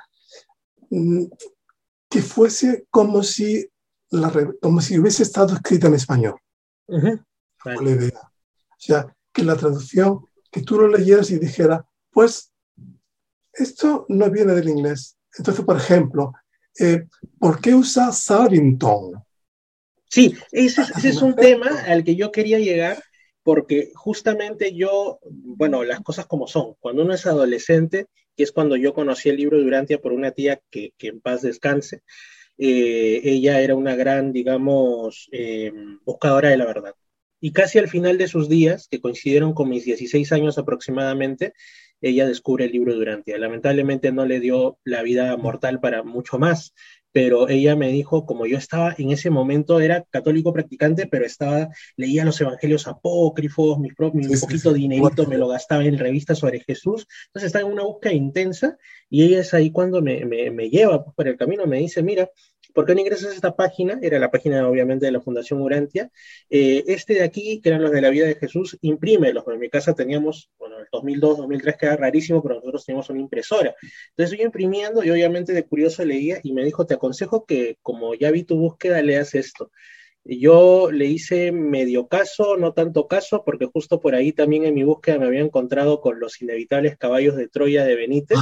que fuese como si hubiese estado escrita en español. Vale. La idea. O sea, que la traducción, que tú lo leyeras y dijeras, pues, esto no viene del inglés. Entonces, por ejemplo, ¿por qué usa Sarrington? Sí, ese es un tema al que yo quería llegar, porque justamente bueno, las cosas como son, cuando uno es adolescente, que es cuando yo conocí el libro de Durantia por una tía que en paz descanse, ella era una gran, digamos, buscadora de la verdad. Y casi al final de sus días, que coincidieron con mis 16 años aproximadamente, ella descubre el libro de Durantia. Lamentablemente no le dio la vida mortal para mucho más, pero ella me dijo, como yo estaba en ese momento, era católico practicante, pero leía los evangelios apócrifos, mi poquito dinerito me lo gastaba en revistas sobre Jesús, entonces estaba en una búsqueda intensa, y ella es ahí cuando me lleva por el camino, me dice, mira, ¿por qué no ingresas a esta página? Era la página, obviamente, de la Fundación Durantia. De aquí, que eran los de la vida de Jesús, imprímelos. En mi casa teníamos, bueno, el 2002, 2003, que era rarísimo, pero nosotros teníamos una impresora. Entonces yo imprimiendo, y obviamente de curioso leía, y me dijo, te aconsejo que, como ya vi tu búsqueda, leas esto. Yo le hice medio caso, no tanto caso, porque justo por ahí también en mi búsqueda me había encontrado con Los inevitables caballos de Troya de Benítez,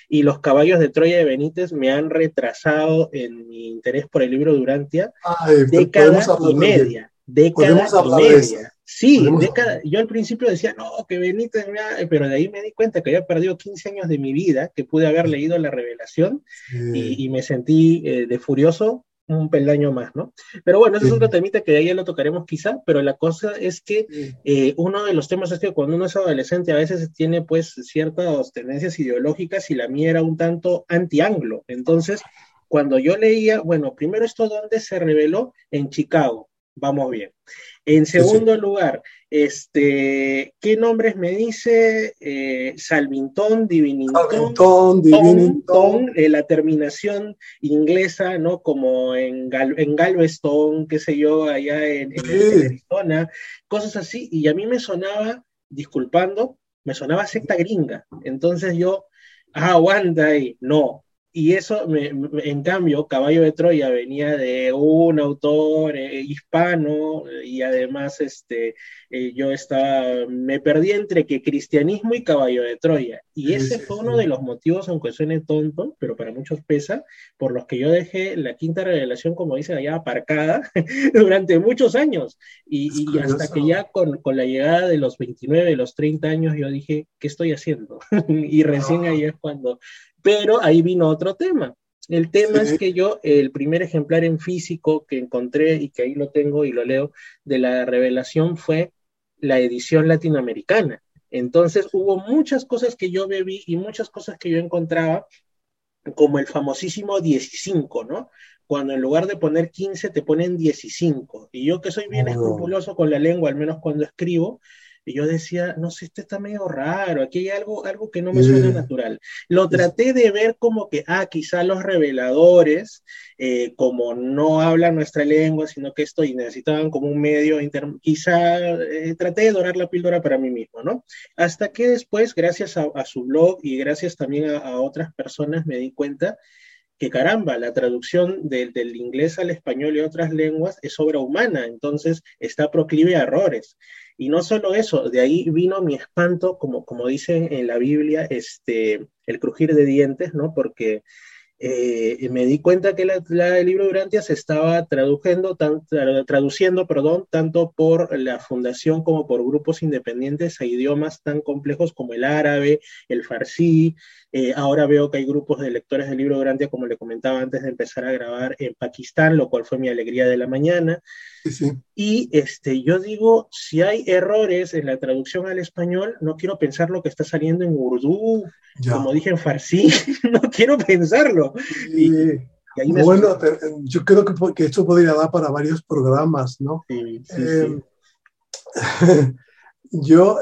y los caballos de Troya de Benítez me han retrasado en mi interés por el libro Durantia década y media. Década y media. Sí, década. Yo al principio decía, no, que Benítez, pero de ahí me di cuenta que había perdido 15 años de mi vida, que pude haber leído la Revelación, y me sentí de furioso un peldaño más, ¿no? Pero bueno, ese es otro temita que de ahí ya lo tocaremos quizá, pero la cosa es que uno de los temas es que cuando uno es adolescente a veces tiene pues ciertas tendencias ideológicas y la mía era un tanto anti-anglo. Entonces, cuando yo leía, bueno, primero esto dónde se reveló en Chicago, vamos bien. En segundo lugar, ¿qué nombres me dice? Salvington, Divinington, la terminación inglesa, ¿no? Como en Galveston, qué sé yo, allá en Arizona, cosas así, y a mí me sonaba, disculpando, me sonaba secta gringa. Entonces yo, aguanta ahí, no. Y eso, en cambio, Caballo de Troya venía de un autor hispano y además yo me perdí entre que cristianismo y Caballo de Troya. Y ese fue uno de los motivos, aunque suene tonto, pero para muchos pesa, por los que yo dejé la quinta revelación, como dicen allá, aparcada durante muchos años. Y hasta que ya con la llegada de los 29, de los 30 años, yo dije, ¿qué estoy haciendo? Y recién ahí es cuando... Pero ahí vino otro tema. El tema es que yo, el primer ejemplar en físico que encontré y que ahí lo tengo y lo leo de la Revelación fue la edición latinoamericana. Entonces hubo muchas cosas que yo bebí y muchas cosas que yo encontraba, como el famosísimo 15, ¿no? Cuando en lugar de poner 15 te ponen 15. Y yo que soy bien escrupuloso con la lengua, al menos cuando escribo, y yo decía, no sé, está medio raro, aquí hay algo que no me suena natural. Lo traté de ver como que, quizá los reveladores, como no hablan nuestra lengua, sino que esto, y necesitaban como un medio, quizá traté de dorar la píldora para mí mismo, ¿no? Hasta que después, gracias a su blog y gracias también a otras personas, me di cuenta que caramba, la traducción del inglés al español y otras lenguas es obra humana, entonces está proclive a errores. Y no solo eso, de ahí vino mi espanto, como dicen en la Biblia, el crujir de dientes, ¿no? Porque me di cuenta que el libro de Durantia se estaba traduciendo, tanto por la fundación como por grupos independientes a idiomas tan complejos como el árabe, el farsi. Ahora veo que hay grupos de lectores del libro de Durantia, como le comentaba antes de empezar a grabar, en Pakistán, lo cual fue mi alegría de la mañana. Y yo digo, si hay errores en la traducción al español, no quiero pensar lo que está saliendo en urdu, como dije en farsi, no quiero pensarlo. Y ahí bueno, yo creo que esto podría dar para varios programas, ¿no? Sí. Yo,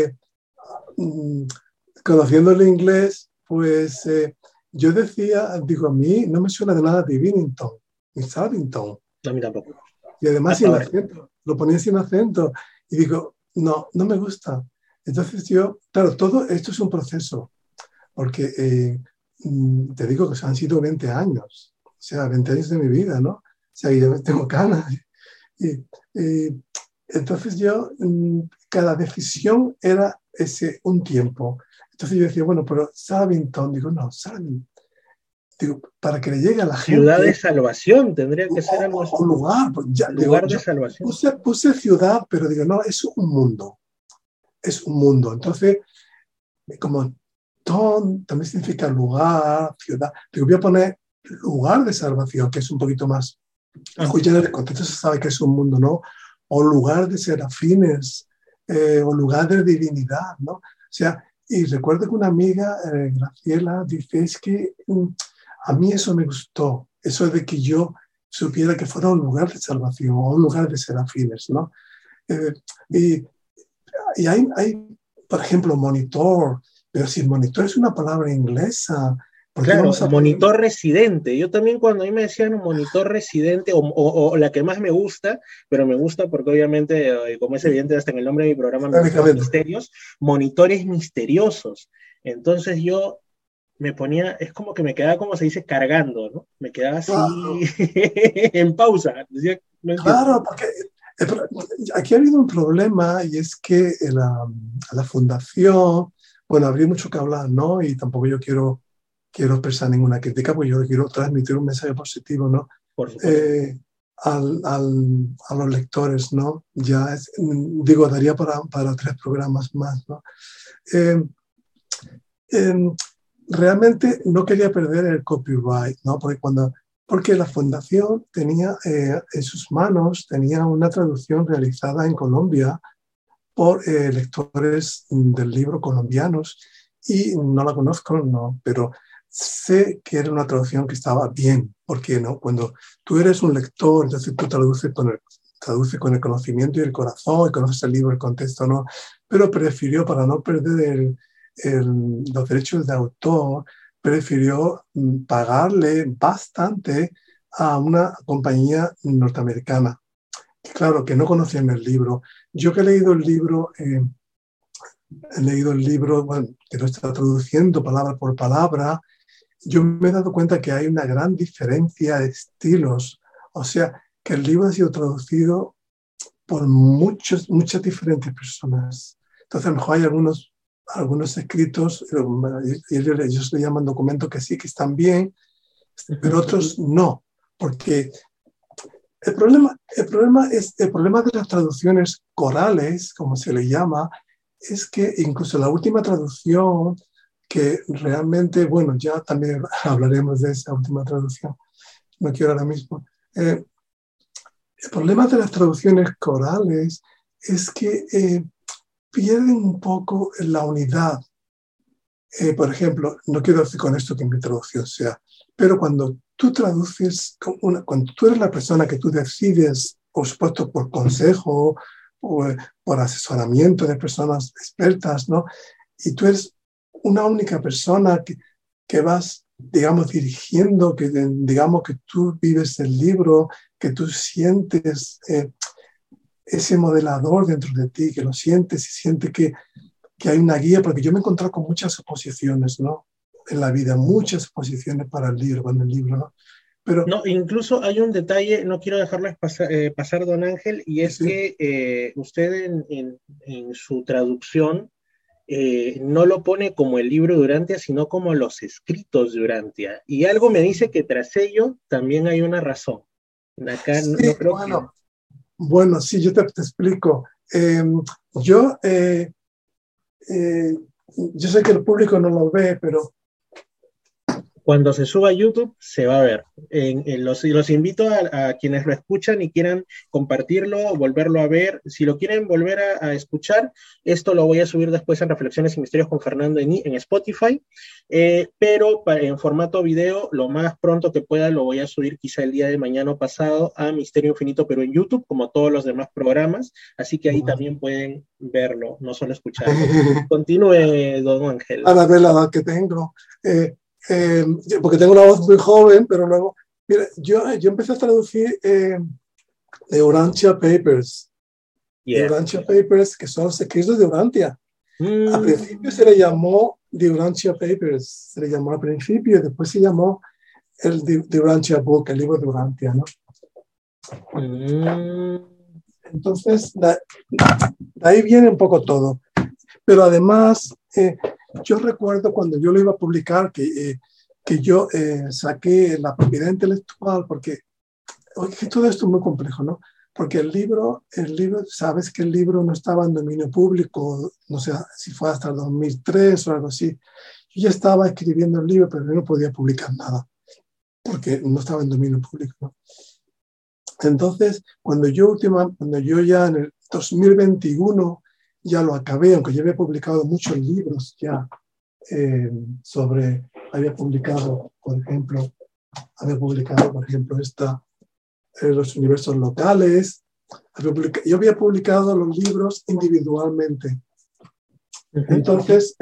conociendo el inglés, pues yo digo, a mí no me suena de nada Divinington, ni Salvington. A mí tampoco. Y además sin acento, lo ponía sin acento. Y digo, no me gusta. Entonces claro, todo esto es un proceso, porque te digo que han sido 20 años, o sea, 20 años de mi vida, ¿no? O sea, y yo tengo canas. Entonces cada decisión era un tiempo. Entonces yo decía, bueno, pero Salvington, digo, no, Salvington. Digo, para que le llegue a la gente. Ciudad de salvación, tendría que ser algo así. Un lugar. Lugar de salvación. Puse ciudad, pero digo, no, es un mundo. Es un mundo. Entonces, como ton también significa lugar, ciudad. Digo, voy a poner lugar de salvación, que es un poquito más. Ya en el contexto se sabe que es un mundo, ¿no? O lugar de serafines, o lugar de divinidad, ¿no? O sea, y recuerdo que una amiga, Graciela, dice, es que a mí eso me gustó, eso de que yo supiera que fuera un lugar de salvación o un lugar de serafines, ¿no? Y hay, por ejemplo, monitor, pero si monitor es una palabra inglesa. Claro, monitor residente. Yo también cuando a mí me decían un monitor residente, o la que más me gusta, pero me gusta porque obviamente, como es evidente hasta en el nombre de mi programa, me gustan misterios, monitores misteriosos. Entonces yo me ponía, es como que me quedaba, como se dice, cargando, ¿no? Me quedaba así, en pausa. Decía, claro, porque aquí ha habido un problema y es que la fundación, bueno, habría mucho que hablar, ¿no? Y tampoco yo quiero quiero expresar ninguna crítica, pues yo quiero transmitir un mensaje positivo, ¿no? Por supuesto. A los lectores, ¿no? Ya digo, daría para 3 programas más, ¿no? Eh, realmente no quería perder el copyright, ¿no? Porque la fundación tenía en sus manos tenía una traducción realizada en Colombia por lectores del libro colombianos y no la conozco, no, pero sé que era una traducción que estaba bien, porque ¿no? Cuando tú eres un lector, entonces tú traduces con el conocimiento y el corazón y conoces el libro, el contexto, ¿no? Pero prefirió, para no perder los derechos de autor, prefirió pagarle bastante a una compañía norteamericana. Claro, que no conocían el libro. Yo que he leído el libro, bueno, que lo está traduciendo palabra por palabra, yo me he dado cuenta que hay una gran diferencia de estilos. O sea, que el libro ha sido traducido por muchas diferentes personas. Entonces, a lo mejor hay algunos escritos, ellos le llaman documentos que sí, que están bien, pero otros no, porque el problema de las traducciones corales, como se le llama, es que incluso la última traducción, que realmente, bueno, ya también hablaremos de esa última traducción, no quiero ahora mismo. El problema de las traducciones corales es que pierden un poco la unidad. Por ejemplo, no quiero decir con esto que mi traducción sea, pero cuando tú traduces, cuando tú eres la persona que tú decides, por supuesto, por consejo o por asesoramiento de personas expertas, ¿no? Y tú eres una única persona que vas, digamos, dirigiendo, digamos que tú vives el libro, que tú sientes ese modelador dentro de ti, que lo sientes y sientes que hay una guía, porque yo me he encontrado con muchas oposiciones, ¿no? En la vida, muchas oposiciones para el libro, ¿no? Pero, no, incluso hay un detalle, no quiero dejarles pasar, don Ángel, y es sí, que usted en su traducción no lo pone como el libro de Urantia, sino como los escritos de Urantia. Y algo me dice que tras ello también hay una razón. Acá no, sí, no creo que... bueno, sí, yo te explico. Yo, yo sé que el público no lo ve, pero Cuando se suba a YouTube se va a ver. Los invito a quienes lo escuchan y quieran compartirlo, volverlo a ver. Si lo quieren volver a escuchar, esto lo voy a subir después en Reflexiones y Misterios con Fernando en Spotify, pero en formato video, lo más pronto que pueda, lo voy a subir quizá el día de mañana o pasado a Misterio Infinito, pero en YouTube, como todos los demás programas. Así que ahí también pueden verlo, no solo escucharlo. Continúe, don Ángel. a la ver la edad que tengo. Porque tengo una voz muy joven, pero luego, mira, yo empecé a traducir de Urantia Papers, Yeah. de Urantia Papers, que son los escritos de Urantia. Al principio se le llamó The Urantia Papers, se le llamó al principio, y después se llamó el The Urantia Book, el libro de Urantia, ¿no? Entonces, de ahí viene un poco todo. Pero además, yo recuerdo cuando yo lo iba a publicar que yo saqué la propiedad intelectual, porque todo esto es muy complejo, ¿no? Porque el libro, sabes que el libro no estaba en dominio público, no sé si fue hasta el 2003 o algo así. Yo ya estaba escribiendo el libro, pero yo no podía publicar nada, porque no estaba en dominio público, ¿no? Entonces, cuando yo ya en el 2021 ya lo acabé, aunque yo había publicado muchos libros ya había publicado, por ejemplo, los universos locales. Yo había publicado los libros individualmente. Entonces,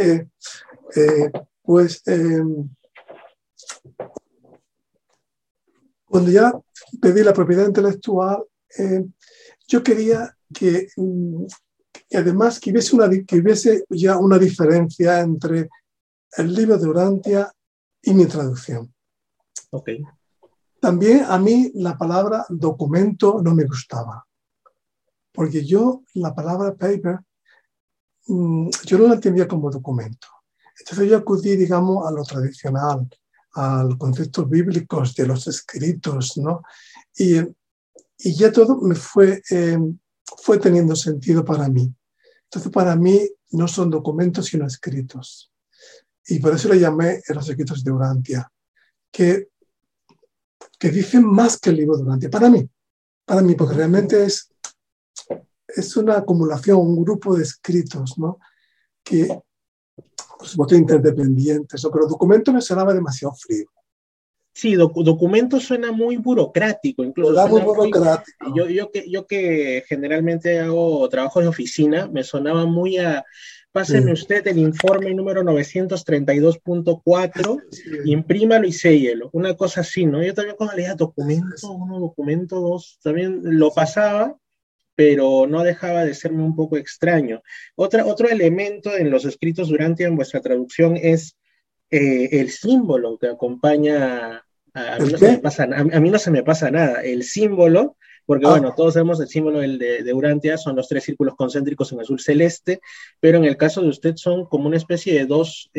cuando ya pedí la propiedad intelectual, yo quería que además que hubiese ya una diferencia entre el libro de Urantia y mi traducción. Okay. También a mí la palabra documento no me gustaba, porque yo la palabra paper, yo no la entendía como documento. Entonces yo acudí, digamos, a lo tradicional, a los conceptos bíblicos de los escritos, ¿no? Y ya todo me fue teniendo sentido para mí. Entonces, para mí no son documentos, sino escritos. Y por eso le llamé los escritos de Urantia, que dicen más que el libro de Urantia, para mí, porque realmente es una acumulación, un grupo de escritos, ¿no? Que, por supuesto, interdependientes, ¿no? Pero documento me sonaba demasiado frío. Sí, documento suena muy burocrático, incluso. Suena muy burocrático. Yo que generalmente hago trabajos de oficina, me sonaba muy a, páseme usted el informe número 932.4, imprímalo y séllelo, una cosa así, ¿no? Yo también cuando leía documento 1, documento 2, también lo pasaba, pero no dejaba de serme un poco extraño. Otro elemento en los escritos durante en vuestra traducción es el símbolo que acompaña. A mí no se me pasa nada. El símbolo, porque bueno, todos sabemos el símbolo de Urantia, son los 3 círculos concéntricos en azul celeste, pero en el caso de usted son como una especie de 2,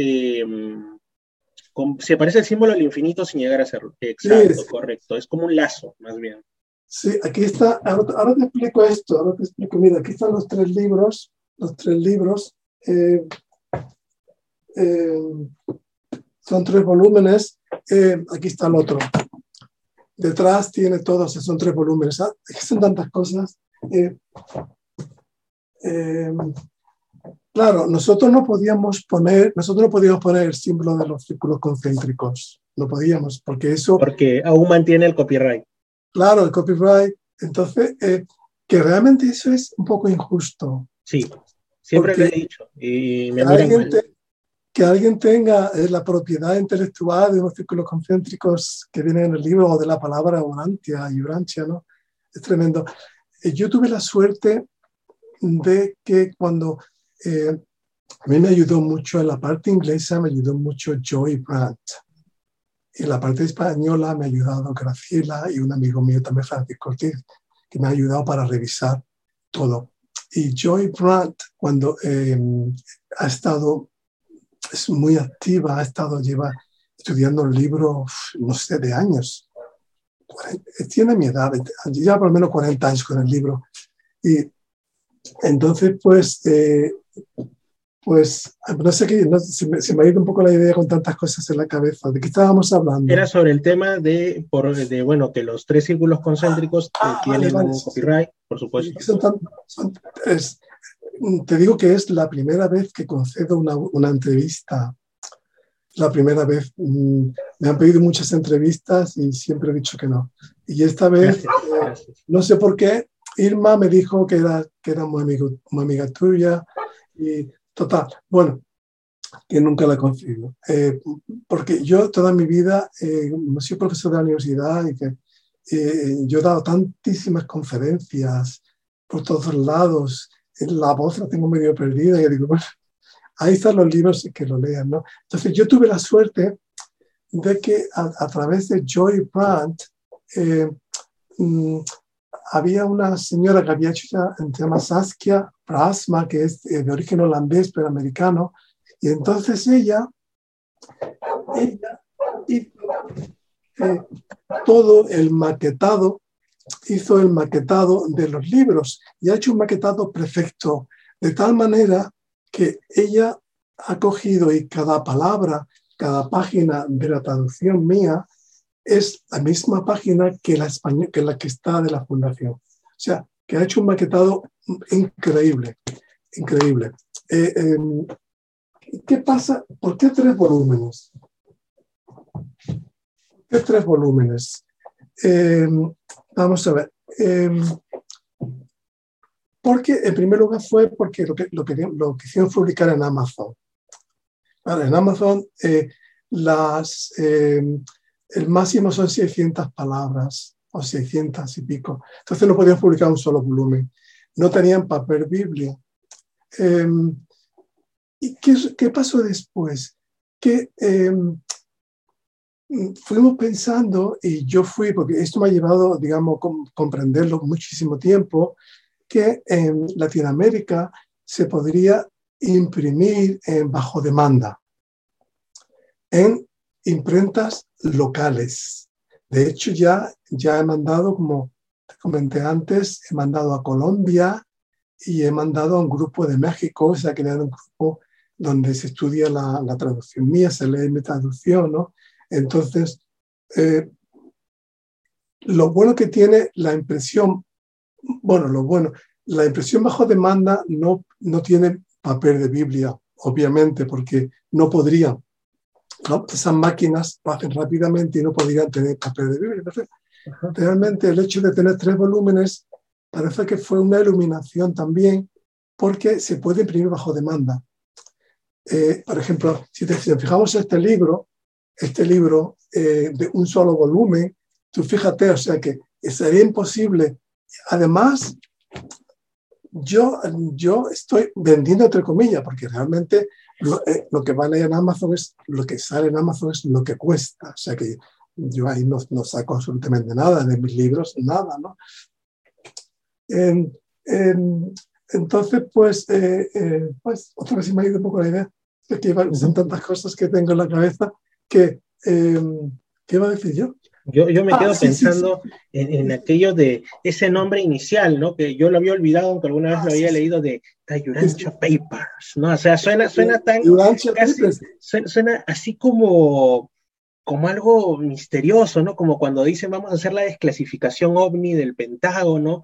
se parece el símbolo al infinito sin llegar a serlo. Exacto, sí. Correcto. Es como un lazo, más bien. Sí, aquí está. Ahora te explico esto. Mira, aquí están los 3 libros. Son 3 volúmenes. Aquí está el otro. Detrás tiene todos, son 3 volúmenes. Es que son tantas cosas. Claro, nosotros no podíamos poner el símbolo de los círculos concéntricos. No podíamos, porque aún mantiene el copyright. Claro, el copyright. Entonces, que realmente eso es un poco injusto. Sí, siempre lo he dicho. Y me que alguien tenga la propiedad intelectual de unos círculos concéntricos que vienen en el libro o de la palabra Urantia y Urantia, ¿no? Es tremendo. Yo tuve la suerte de que cuando a mí me ayudó mucho en la parte inglesa, me ayudó mucho Joy Brandt. Y en la parte española me ha ayudado Graciela y un amigo mío también, Francisco Ortiz, que me ha ayudado para revisar todo. Y Joy Brandt, cuando es muy activa, lleva estudiando el libro, no sé, de años. Tiene mi edad, lleva por lo menos 40 años con el libro. Y entonces, no sé qué, se me ha ido un poco la idea con tantas cosas en la cabeza. ¿De qué estábamos hablando? Era sobre el tema de que los 3 círculos concéntricos tienen un copyright, por supuesto. Te digo que es la primera vez que concedo una entrevista. La primera vez. Me han pedido muchas entrevistas y siempre he dicho que no. Y esta vez, gracias. No sé por qué, Irma me dijo que era muy amiga tuya. Y total, bueno, que nunca la consigo. Porque yo toda mi vida, soy profesor de la universidad y que yo he dado tantísimas conferencias por todos lados. La voz la tengo medio perdida y yo digo, bueno, ahí están los libros y que lo lean, ¿no? Entonces yo tuve la suerte de que a través de Joy Brandt había una señora que había hecho se llama Saskia Brasma, que es de origen holandés pero americano, y entonces ella hizo todo el maquetado, hizo el maquetado de los libros y ha hecho un maquetado perfecto, de tal manera que ella ha cogido y cada palabra, cada página de la traducción mía es la misma página que la que está de la fundación. O sea, que ha hecho un maquetado increíble, increíble. ¿Qué pasa? ¿Por qué 3 volúmenes? ¿Por qué 3 volúmenes? Vamos a ver. Porque, en primer lugar, fue porque lo que hicieron publicar en Amazon. Ahora, en Amazon, el máximo son 600 palabras, o 600 y pico. Entonces no podían publicar un solo volumen. No tenían papel Biblia. ¿Y qué pasó después? Que fuimos pensando, y yo fui, porque esto me ha llevado, digamos, comprenderlo muchísimo tiempo, que en Latinoamérica se podría imprimir bajo demanda. en imprentas locales. De hecho, ya he mandado, como te comenté antes, he mandado a Colombia y he mandado a un grupo de México. Se ha creado un grupo donde se estudia la traducción mía, se lee mi traducción, ¿no? Entonces, lo bueno que tiene la impresión, la impresión bajo demanda no tiene papel de Biblia, obviamente, porque no podrían. ¿No? Esas máquinas lo hacen rápidamente y no podrían tener papel de Biblia. Entonces, realmente el hecho de tener 3 volúmenes parece que fue una iluminación también, porque se puede imprimir bajo demanda. Por ejemplo, si nos fijamos en este libro de un solo volumen, tú fíjate, o sea que sería imposible. Además, yo estoy vendiendo entre comillas, porque realmente lo que vale en Amazon es lo que sale en Amazon, es lo que cuesta. O sea que yo ahí no saco absolutamente nada de mis libros, nada, ¿no? Entonces, pues otra vez me ha ido un poco la idea de que son tantas cosas que tengo en la cabeza que ¿qué iba a decir yo? Yo me quedo pensando en aquello de ese nombre inicial, ¿no? Que yo lo había olvidado, aunque alguna vez lo había leído, de The Urantia Papers, ¿no? O sea, suena tan... Suena así como algo misterioso, ¿no? Como cuando dicen vamos a hacer la desclasificación OVNI del Pentágono.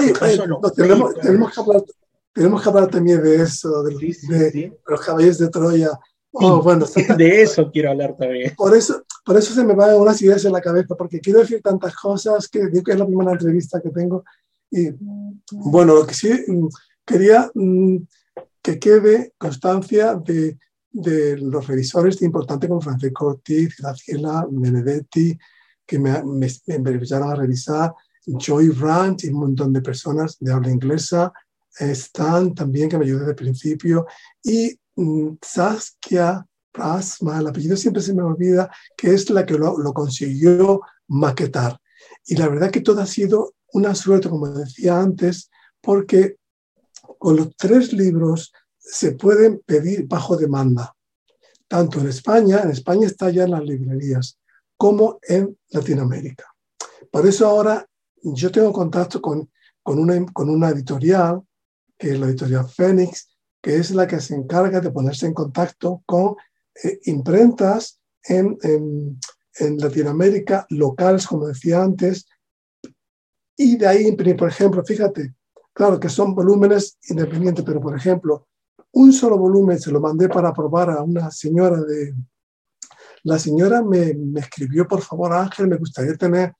Tenemos que hablar también de eso, de los caballos de Troya. De eso quiero hablar también. Por eso se me van unas ideas en la cabeza, porque quiero decir tantas cosas que digo que es la primera entrevista que tengo. Y bueno, lo que sí quería que quede constancia de los revisores importantes como Francesco Ortiz, Graciela Benedetti, que me empezaron a revisar, Joy Brandt y un montón de personas de habla inglesa, Stan también, que me ayudó desde el principio, y Saskia Prasma, el apellido siempre se me olvida, que es la que lo consiguió maquetar. Y la verdad que todo ha sido una suerte, como decía antes, porque con los 3 libros se pueden pedir bajo demanda, tanto en España está ya en las librerías, como en Latinoamérica. Por eso ahora yo tengo contacto con una editorial, que es la editorial Fénix, que es la que se encarga de ponerse en contacto con imprentas en Latinoamérica, locales, como decía antes, y de ahí imprimir, por ejemplo, fíjate, claro que son volúmenes independientes, pero por ejemplo, un solo volumen se lo mandé para probar a una señora La señora me escribió, por favor, Ángel, me gustaría tener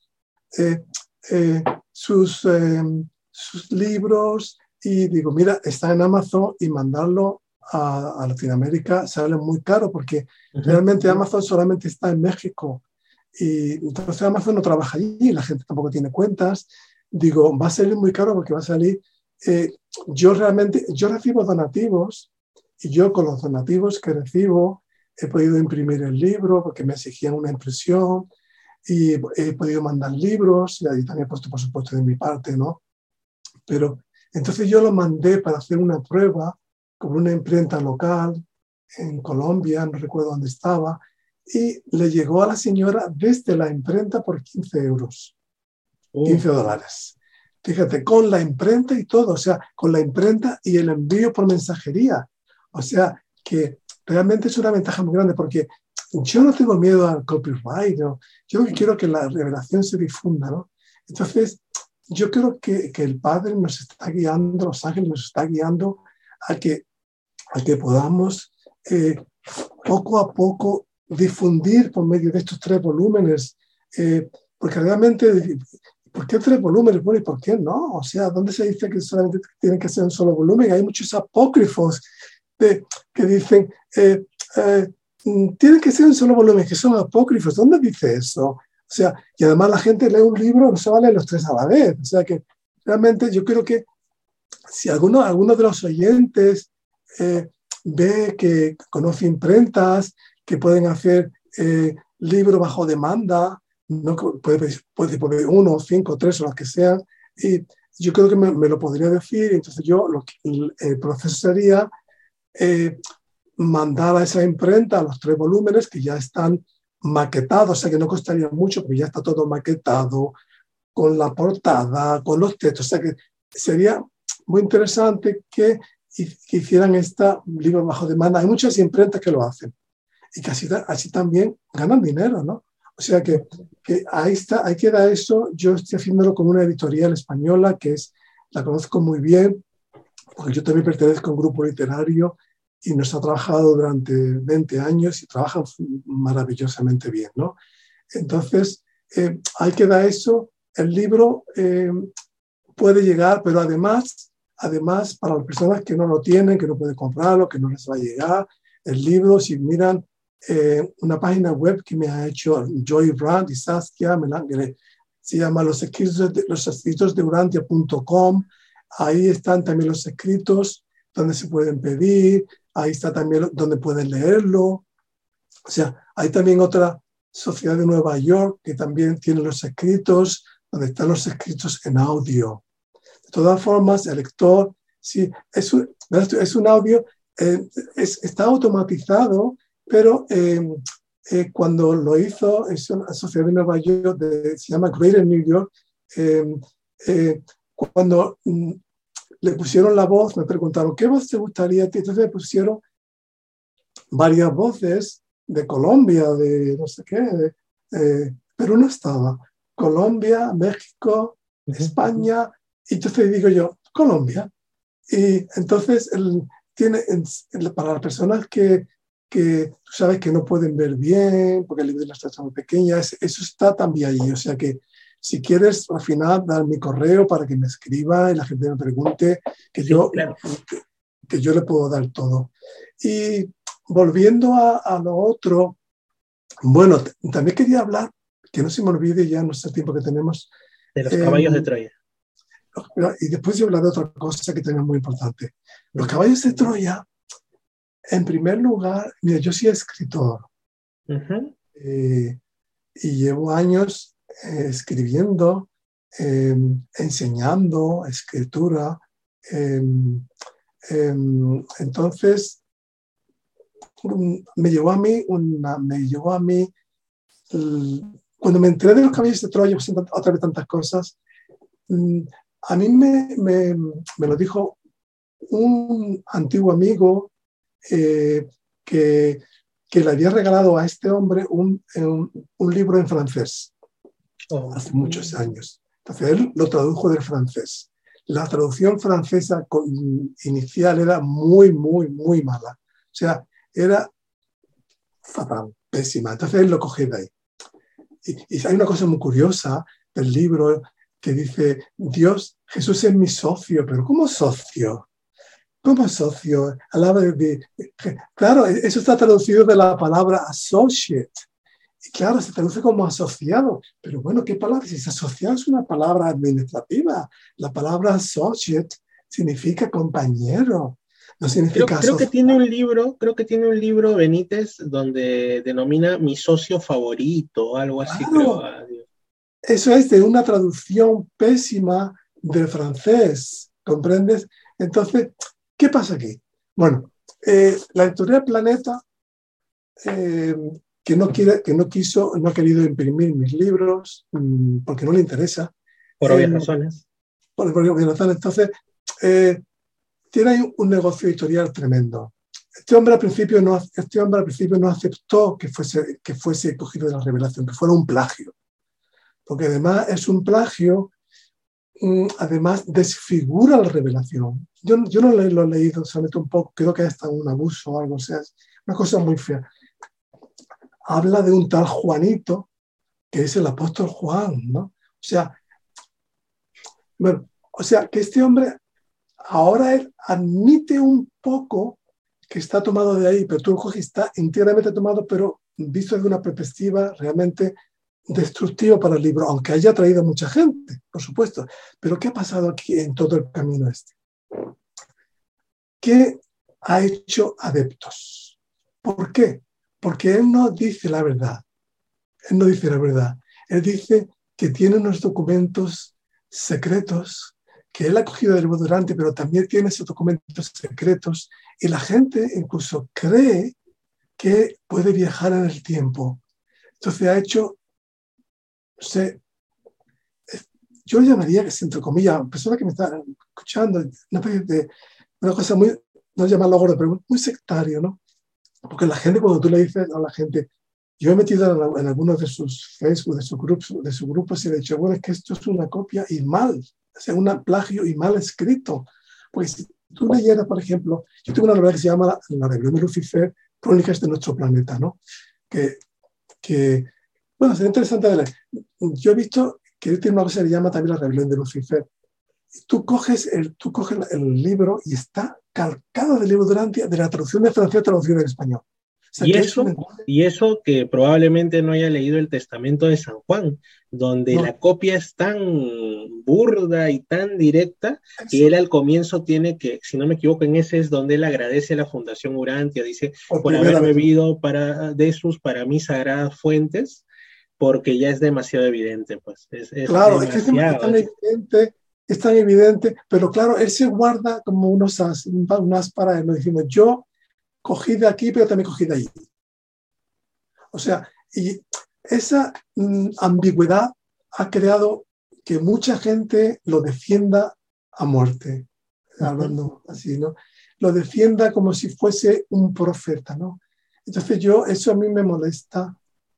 sus libros, y digo, mira, está en Amazon, y mandarlo a Latinoamérica sale muy caro, porque realmente Amazon solamente está en México, y entonces Amazon no trabaja allí, la gente tampoco tiene cuentas. Digo, va a salir muy caro, porque va a salir... yo recibo donativos, y yo con los donativos que recibo he podido imprimir el libro, porque me exigían una impresión, y he podido mandar libros, y ahí también he puesto, por supuesto, de mi parte, ¿no? Pero entonces yo lo mandé para hacer una prueba con una imprenta local en Colombia, no recuerdo dónde estaba, y le llegó a la señora desde la imprenta por 15 euros, $15. Fíjate, con la imprenta y todo, o sea, con la imprenta y el envío por mensajería. O sea, que realmente es una ventaja muy grande, porque yo no tengo miedo al copyright, ¿no? Yo quiero que la revelación se difunda, ¿no? Entonces, yo creo que el Padre nos está guiando, los ángeles nos está guiando a que podamos poco a poco difundir por medio de estos 3 volúmenes, porque realmente, ¿por qué 3 volúmenes? Bueno, ¿y por qué no? O sea, ¿dónde se dice que solamente tienen que ser un solo volumen? Hay muchos apócrifos que dicen, tiene que ser un solo volumen, que son apócrifos. ¿Dónde dice eso? O sea, y además la gente lee un libro, no se va a leer los 3 a la vez. O sea que realmente yo creo que si alguno de los oyentes ve que conoce imprentas que pueden hacer libros bajo demanda, no puede poner 1, 5, 3 o los que sean, y yo creo que me lo podría decir. Entonces yo el proceso sería mandar a esa imprenta los 3 volúmenes que ya están maquetados, o sea que no costaría mucho porque ya está todo maquetado, con la portada, con los textos. O sea que sería muy interesante que hicieran este libro bajo demanda. Hay muchas imprentas que lo hacen y que así también ganan dinero, ¿no? O sea que ahí está, ahí queda eso. Yo estoy haciéndolo con una editorial española la conozco muy bien, porque yo también pertenezco a un grupo literario y nos ha trabajado durante 20 años y trabajan maravillosamente bien, ¿no? Entonces, ahí queda eso. El libro puede llegar, pero además, para las personas que no lo tienen, que no pueden comprarlo, que no les va a llegar, el libro, si miran una página web que me ha hecho Joy Brand y Saskia, se llama los escritos de Urantia.com. Ahí están también los escritos donde se pueden pedir, ahí está también donde pueden leerlo. O sea, hay también otra sociedad de Nueva York que también tiene los escritos, donde están los escritos en audio. De todas formas, el lector, sí, es un audio, está automatizado, pero cuando lo hizo, es una sociedad de Nueva York, se llama Greater New York, cuando le pusieron la voz, me preguntaron, ¿qué voz te gustaría a ti? Entonces me pusieron varias voces de Colombia, de no sé qué, pero no estaba. Colombia, México, España, y entonces digo yo, Colombia. Y entonces para las personas que tú sabes que no pueden ver bien, porque el libro de las letras muy pequeñas, eso está también ahí. O sea que si quieres, al final, dar mi correo para que me escriba y la gente me pregunte, que yo le puedo dar todo. Y volviendo a lo otro, bueno, también quería hablar, que no se me olvide ya, no sé el tiempo que tenemos. De los caballos de Troya. Y después yo hablaré de otra cosa que también es muy importante. Los caballos de Troya, en primer lugar, mira, yo soy escritor. Y llevo años escribiendo, enseñando escritura. Entonces, me llegó a mí, cuando me enteré de los caballos de Troya, otra vez tantas cosas, a mí me lo dijo un antiguo amigo que le había regalado a este hombre un libro en francés hace muchos años. Entonces él lo tradujo del francés. La traducción francesa inicial era muy, muy, muy mala. O sea, era fatal, pésima. Entonces él lo cogió de ahí. Y hay una cosa muy curiosa del libro que dice, Jesús es mi socio, pero ¿cómo socio? ¿Cómo socio? Claro, eso está traducido de la palabra associate. Y claro, se traduce como asociado. Pero bueno, ¿qué palabra? Si asociado es una palabra administrativa. La palabra associate significa compañero. No significa creo que tiene un libro Benítez donde denomina mi socio favorito o algo así, claro, creo. Eso es de una traducción pésima del francés, ¿comprendes? Entonces, ¿qué pasa aquí? Bueno, la editorial Planeta, que no ha querido imprimir mis libros porque no le interesa. Por obvias razones. Por obvias razones. Entonces, tiene ahí un negocio editorial tremendo. Este hombre al principio no aceptó que fuese cogido de la revelación, que fuera un plagio. Porque además es un plagio, además desfigura la revelación. Yo no lo he leído, solamente un poco, creo que es hasta un abuso o algo, o sea, es una cosa muy fea. Habla de un tal Juanito, que es el apóstol Juan, ¿no? O sea, que este hombre ahora él admite un poco que está tomado de ahí, pero tú lo coges, está íntegramente tomado, pero visto desde una perspectiva realmente destructiva para el libro, aunque haya traído mucha gente, por supuesto. Pero ¿qué ha pasado aquí en todo el camino este? Que ha hecho adeptos. ¿Por qué? Porque él no dice la verdad. Él no dice la verdad. Él dice que tiene unos documentos secretos que él ha cogido del libro Durante, pero también tiene esos documentos secretos, y la gente incluso cree que puede viajar en el tiempo. Entonces ha hecho, no sé, yo llamaría, que entre comillas, persona que me está escuchando, una cosa muy, no llamarlo gordo, pero muy sectario, ¿no? Porque la gente, cuando tú le dices a la gente, yo he metido en algunos de sus Facebook, de sus grupos, y le he dicho, bueno, es que esto es una copia y mal, o sea, un plagio y mal escrito. Pues si tú leyeras, por ejemplo, yo tengo una novela que se llama La rebelión de Lucifer, Crónicas de nuestro planeta, ¿no? Bueno, sería interesante de leer. Yo he visto que él tiene una cosa que se llama también La rebelión de Lucifer. Tú coges el libro y está calcado del libro Durante, de la traducción de francés, traducción en español. O sea, y eso que probablemente no haya leído el Testamento de San Juan, donde la copia es tan burda y tan directa que él al comienzo tiene que, si no me equivoco, en ese es donde él agradece a la Fundación Urantia, dice, por haber bebido de sus para mí sagradas fuentes, porque ya es demasiado evidente, pues. Claro, es que es tan evidente, pero claro, él se guarda como unas para él, diciendo, yo cogí de aquí, pero también cogí de allí. O sea, y esa ambigüedad ha creado que mucha gente lo defienda a muerte, hablando así, ¿no? Lo defienda como si fuese un profeta, ¿no? Entonces eso a mí me molesta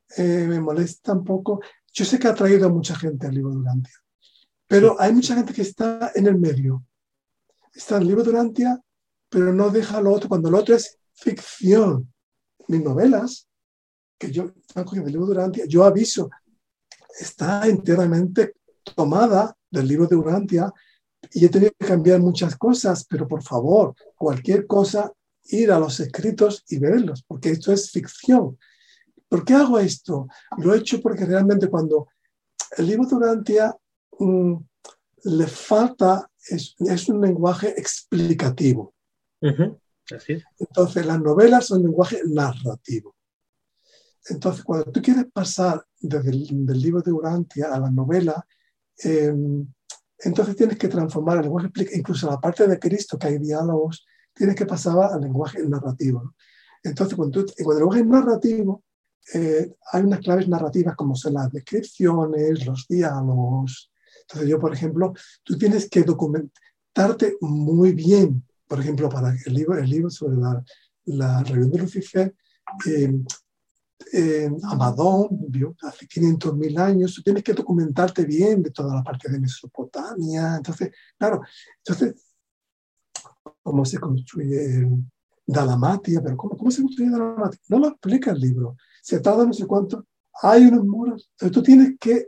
un poco. Yo sé que ha traído a mucha gente al libro Durantia, pero hay mucha gente que está en el medio. Está en el libro Durantia, pero no deja lo otro, cuando lo otro es ficción. Mis novelas, que yo están cogiendo el libro Durantia, yo aviso, está enteramente tomada del libro de Durantia, y he tenido que cambiar muchas cosas, pero por favor, cualquier cosa, ir a los escritos y verlos, porque esto es ficción. ¿Por qué hago esto? Lo he hecho porque realmente cuando el libro Durantia le falta, es un lenguaje explicativo. Así es. Entonces, las novelas son un lenguaje narrativo. Entonces, cuando tú quieres pasar del libro de Durantia a la novela, entonces tienes que transformar el lenguaje, incluso la parte de Cristo, que hay diálogos, tienes que pasar al lenguaje narrativo, ¿no? Entonces, cuando el lenguaje es narrativo, hay unas claves narrativas como son las descripciones, los diálogos. Entonces yo, por ejemplo, tú tienes que documentarte muy bien. Por ejemplo, para el libro sobre la rebelión de Lucifer, Amadón vivió hace 500.000 años. Tú tienes que documentarte bien de toda la parte de Mesopotamia. Entonces, claro, cómo se construye Dalmatia, pero ¿cómo se construye Dalmatia? No lo explica el libro. Se tarda no sé cuánto. Hay unos muros. Entonces tú tienes que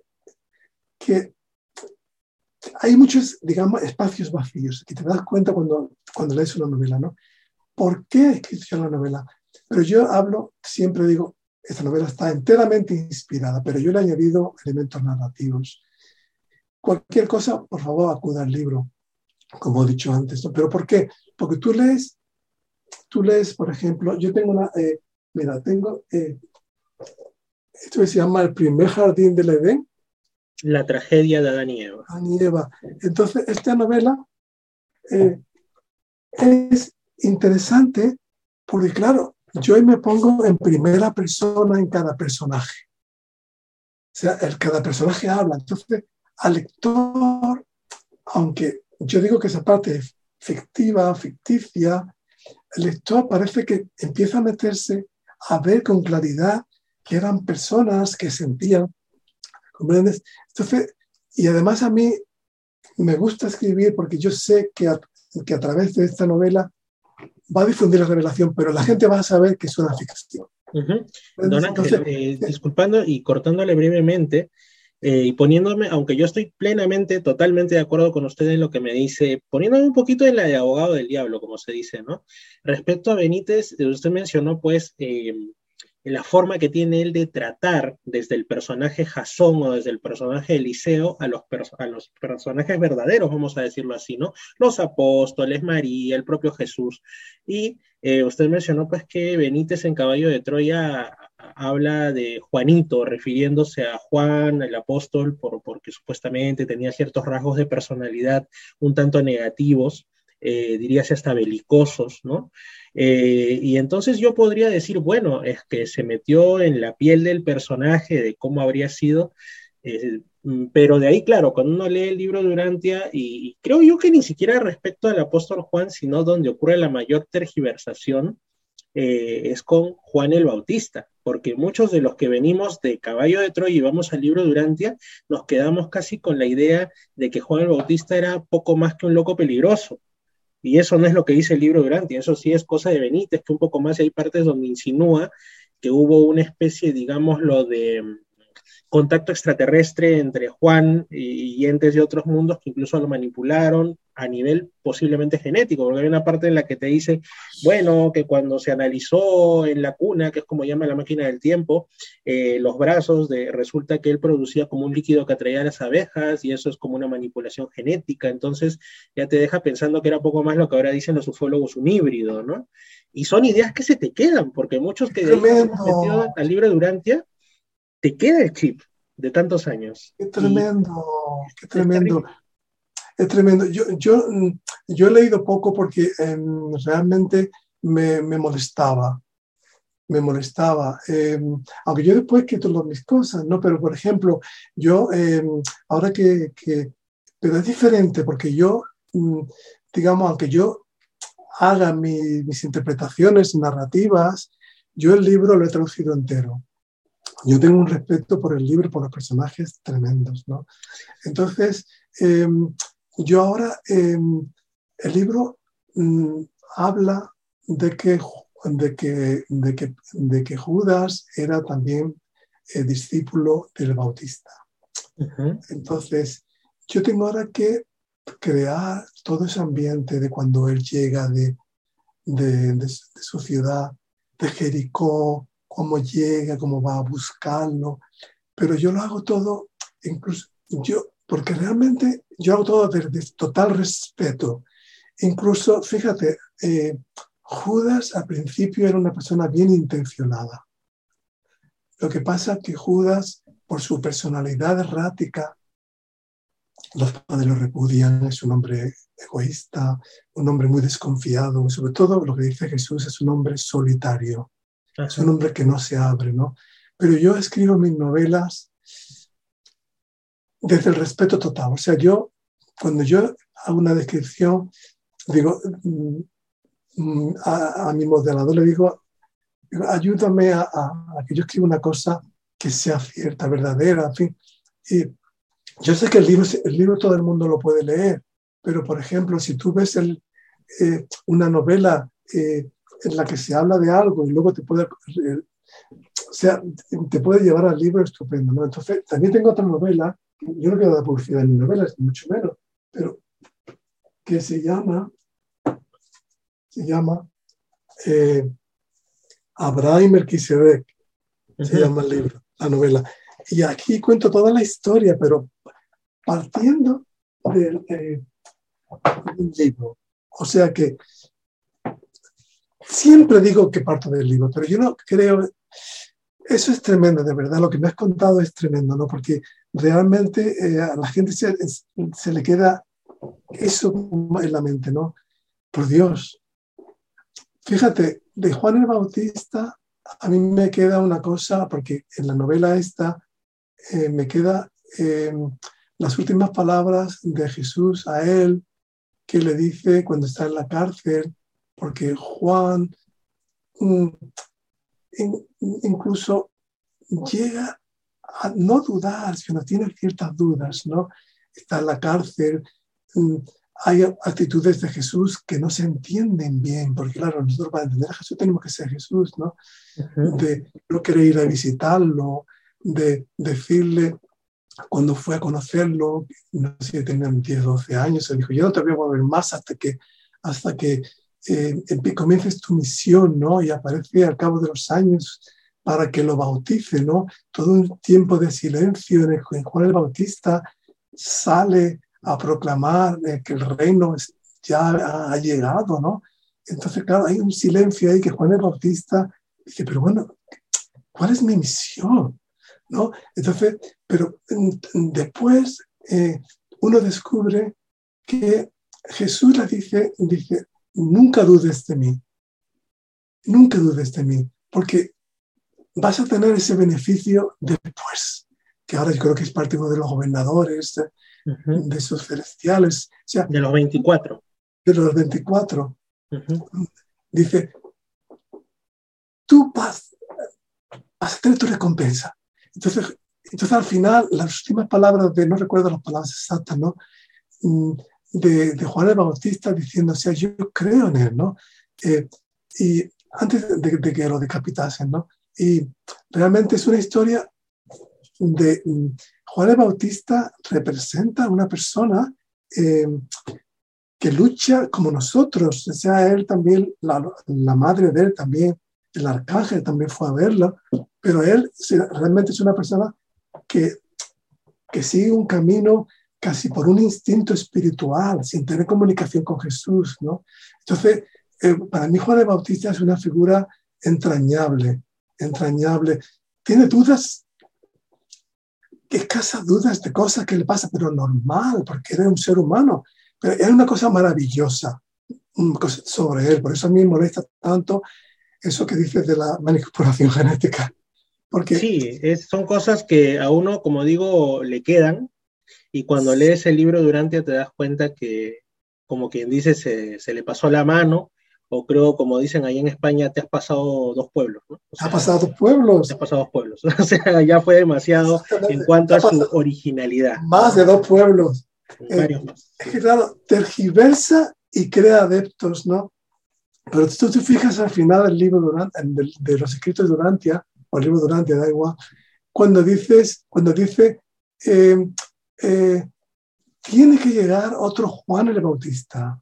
hay muchos, digamos, espacios vacíos, que te das cuenta cuando lees una novela, ¿no? ¿Por qué he escrito yo la novela? Pero yo siempre digo, esta novela está enteramente inspirada, pero yo le he añadido elementos narrativos. Cualquier cosa, por favor, acuda al libro, como he dicho antes, ¿no? ¿Pero por qué? Porque tú lees, por ejemplo, yo tengo esto que se llama El primer jardín del Edén. La tragedia de Adán y Eva. Entonces, esta novela es interesante porque, claro, yo me pongo en primera persona en cada personaje. O sea, cada personaje habla. Entonces, al lector, aunque yo digo que esa parte es ficticia, el lector parece que empieza a meterse a ver con claridad que eran personas que sentían, ¿comprendes? Entonces, y además a mí me gusta escribir porque yo sé que a través de esta novela va a difundir la revelación, pero la gente va a saber que es una ficción. Don Ángel, disculpando y cortándole brevemente, y poniéndome, aunque yo estoy totalmente de acuerdo con usted en lo que me dice, poniéndome un poquito en la de abogado del diablo, como se dice, ¿no? Respecto a Benítez, usted mencionó, pues, la forma que tiene él de tratar desde el personaje Jasón o desde el personaje Eliseo a los personajes verdaderos, vamos a decirlo así, ¿no? Los apóstoles, María, el propio Jesús. Y usted mencionó, pues, que Benítez en Caballo de Troya habla de Juanito, refiriéndose a Juan, el apóstol, porque supuestamente tenía ciertos rasgos de personalidad un tanto negativos, diríase hasta belicosos, ¿no? Y entonces yo podría decir, bueno, es que se metió en la piel del personaje, de cómo habría sido, pero de ahí, claro, cuando uno lee el libro de Urantia, y creo yo que ni siquiera respecto al apóstol Juan, sino donde ocurre la mayor tergiversación, es con Juan el Bautista, porque muchos de los que venimos de Caballo de Troya y vamos al libro de Urantia, nos quedamos casi con la idea de que Juan el Bautista era poco más que un loco peligroso. Y eso no es lo que dice el libro de Urantia, eso sí es cosa de Benítez, que un poco más hay partes donde insinúa que hubo una especie, digámoslo, de contacto extraterrestre entre Juan y entes de otros mundos que incluso lo manipularon a nivel posiblemente genético, porque hay una parte en la que te dice, bueno, que cuando se analizó en la cuna, que es como llama la máquina del tiempo, los brazos, resulta que él producía como un líquido que atraía a las abejas y eso es como una manipulación genética, entonces ya te deja pensando que era poco más lo que ahora dicen los ufólogos, un híbrido, ¿no? Y son ideas que se te quedan, porque muchos que de ahí metido al libro de Urantia, te queda el chip de tantos años. Qué tremendo, qué tremendo. Es tremendo. Yo he leído poco porque realmente me molestaba. Me molestaba. Aunque yo después he escrito mis cosas, ¿no? Pero, por ejemplo, yo, ahora pero es diferente porque yo, digamos, aunque yo haga mis interpretaciones narrativas, yo el libro lo he traducido entero. Yo tengo un respeto por el libro, por los personajes tremendos, ¿no? Entonces, yo ahora, el libro habla de que Judas era también discípulo del Bautista. Uh-huh. Entonces, yo tengo ahora que crear todo ese ambiente de cuando él llega de su ciudad, de Jericó, cómo llega, cómo va a buscarlo, pero yo lo hago todo, incluso porque realmente yo hago todo desde total respeto. Incluso, fíjate, Judas al principio era una persona bien intencionada. Lo que pasa es que Judas, por su personalidad errática, los padres lo repudian, es un hombre egoísta, un hombre muy desconfiado, y sobre todo lo que dice Jesús es un hombre solitario. Ajá. Es un hombre que no se abre, ¿no? Pero yo escribo mis novelas desde el respeto total. O sea, cuando yo hago una descripción, digo, a mi modelador le digo, ayúdame a que yo escriba una cosa que sea cierta, verdadera, en fin. Y yo sé que el libro todo el mundo lo puede leer, pero, por ejemplo, si tú ves una novela en la que se habla de algo y luego te puede llevar al libro, estupendo, ¿no? Entonces, también tengo otra novela, yo no quiero dar publicidad en mis novelas, ni mucho menos, pero que se llama Abraham y Melquisedec, se llama el libro, la novela. Y aquí cuento toda la historia, pero partiendo del libro. O sea que siempre digo que parto del libro, pero yo no creo... Eso es tremendo, de verdad. Lo que me has contado es tremendo, ¿no? Porque realmente a la gente se le queda eso en la mente, ¿no? Por Dios. Fíjate, de Juan el Bautista a mí me queda una cosa, porque en la novela esta me queda las últimas palabras de Jesús a él, que le dice cuando está en la cárcel, porque Juan incluso llega a no dudar, sino tiene ciertas dudas, ¿no? Está en la cárcel, hay actitudes de Jesús que no se entienden bien, porque claro, nosotros para entender a Jesús tenemos que ser Jesús, ¿no? Uh-huh. De no querer ir a visitarlo, de decirle, cuando fue a conocerlo, no sé si tenían 10, 12 años, se dijo, yo no te voy a volver más hasta que comiences tu misión, ¿no? Y aparece al cabo de los años para que lo bautice, ¿no? Todo un tiempo de silencio en el que Juan el Bautista sale a proclamar que el reino ya ha llegado, ¿no? Entonces, claro, hay un silencio ahí que Juan el Bautista dice, pero bueno, ¿cuál es mi misión? ¿No? Entonces, pero después uno descubre que Jesús le dice, nunca dudes de mí, nunca dudes de mí, porque vas a tener ese beneficio después, que ahora yo creo que es parte de los gobernadores, de esos celestiales, o sea, de los 24. De los 24. Dice, tú vas a tener tu recompensa. Entonces al final, las últimas palabras no recuerdo las palabras exactas, ¿no? De Juan el Bautista diciendo, o sea, yo creo en él, ¿no? Y antes de que lo decapitasen, ¿no? Y realmente es una historia de Juan el Bautista representa a una persona que lucha como nosotros, o sea, él también, la madre de él también, el arcángel también fue a verlo, pero él realmente es una persona que sigue un camino casi por un instinto espiritual, sin tener comunicación con Jesús, ¿no? Entonces, para mí Juan el Bautista es una figura entrañable. Tiene dudas, escasas dudas de cosas que le pasan, pero normal, porque era un ser humano. Pero era una cosa maravillosa sobre él. Por eso a mí me molesta tanto eso que dices de la manipulación genética. Porque sí, son cosas que a uno, como digo, le quedan, y cuando lees el libro Durantia te das cuenta que, como quien dice, se le pasó la mano, o creo, como dicen ahí en España, te has pasado 2 pueblos, ¿no? O sea, ha pasado 2 pueblos. Te has pasado 2 pueblos. O sea, ya fue demasiado en cuanto a su originalidad. Más de 2 pueblos. Varios más. Es que claro, tergiversa y crea adeptos, ¿no? Pero tú te fijas al final del libro de los escritos de Durantia, o el libro de Durantia, da igual, cuando dice, tiene que llegar otro Juan el Bautista.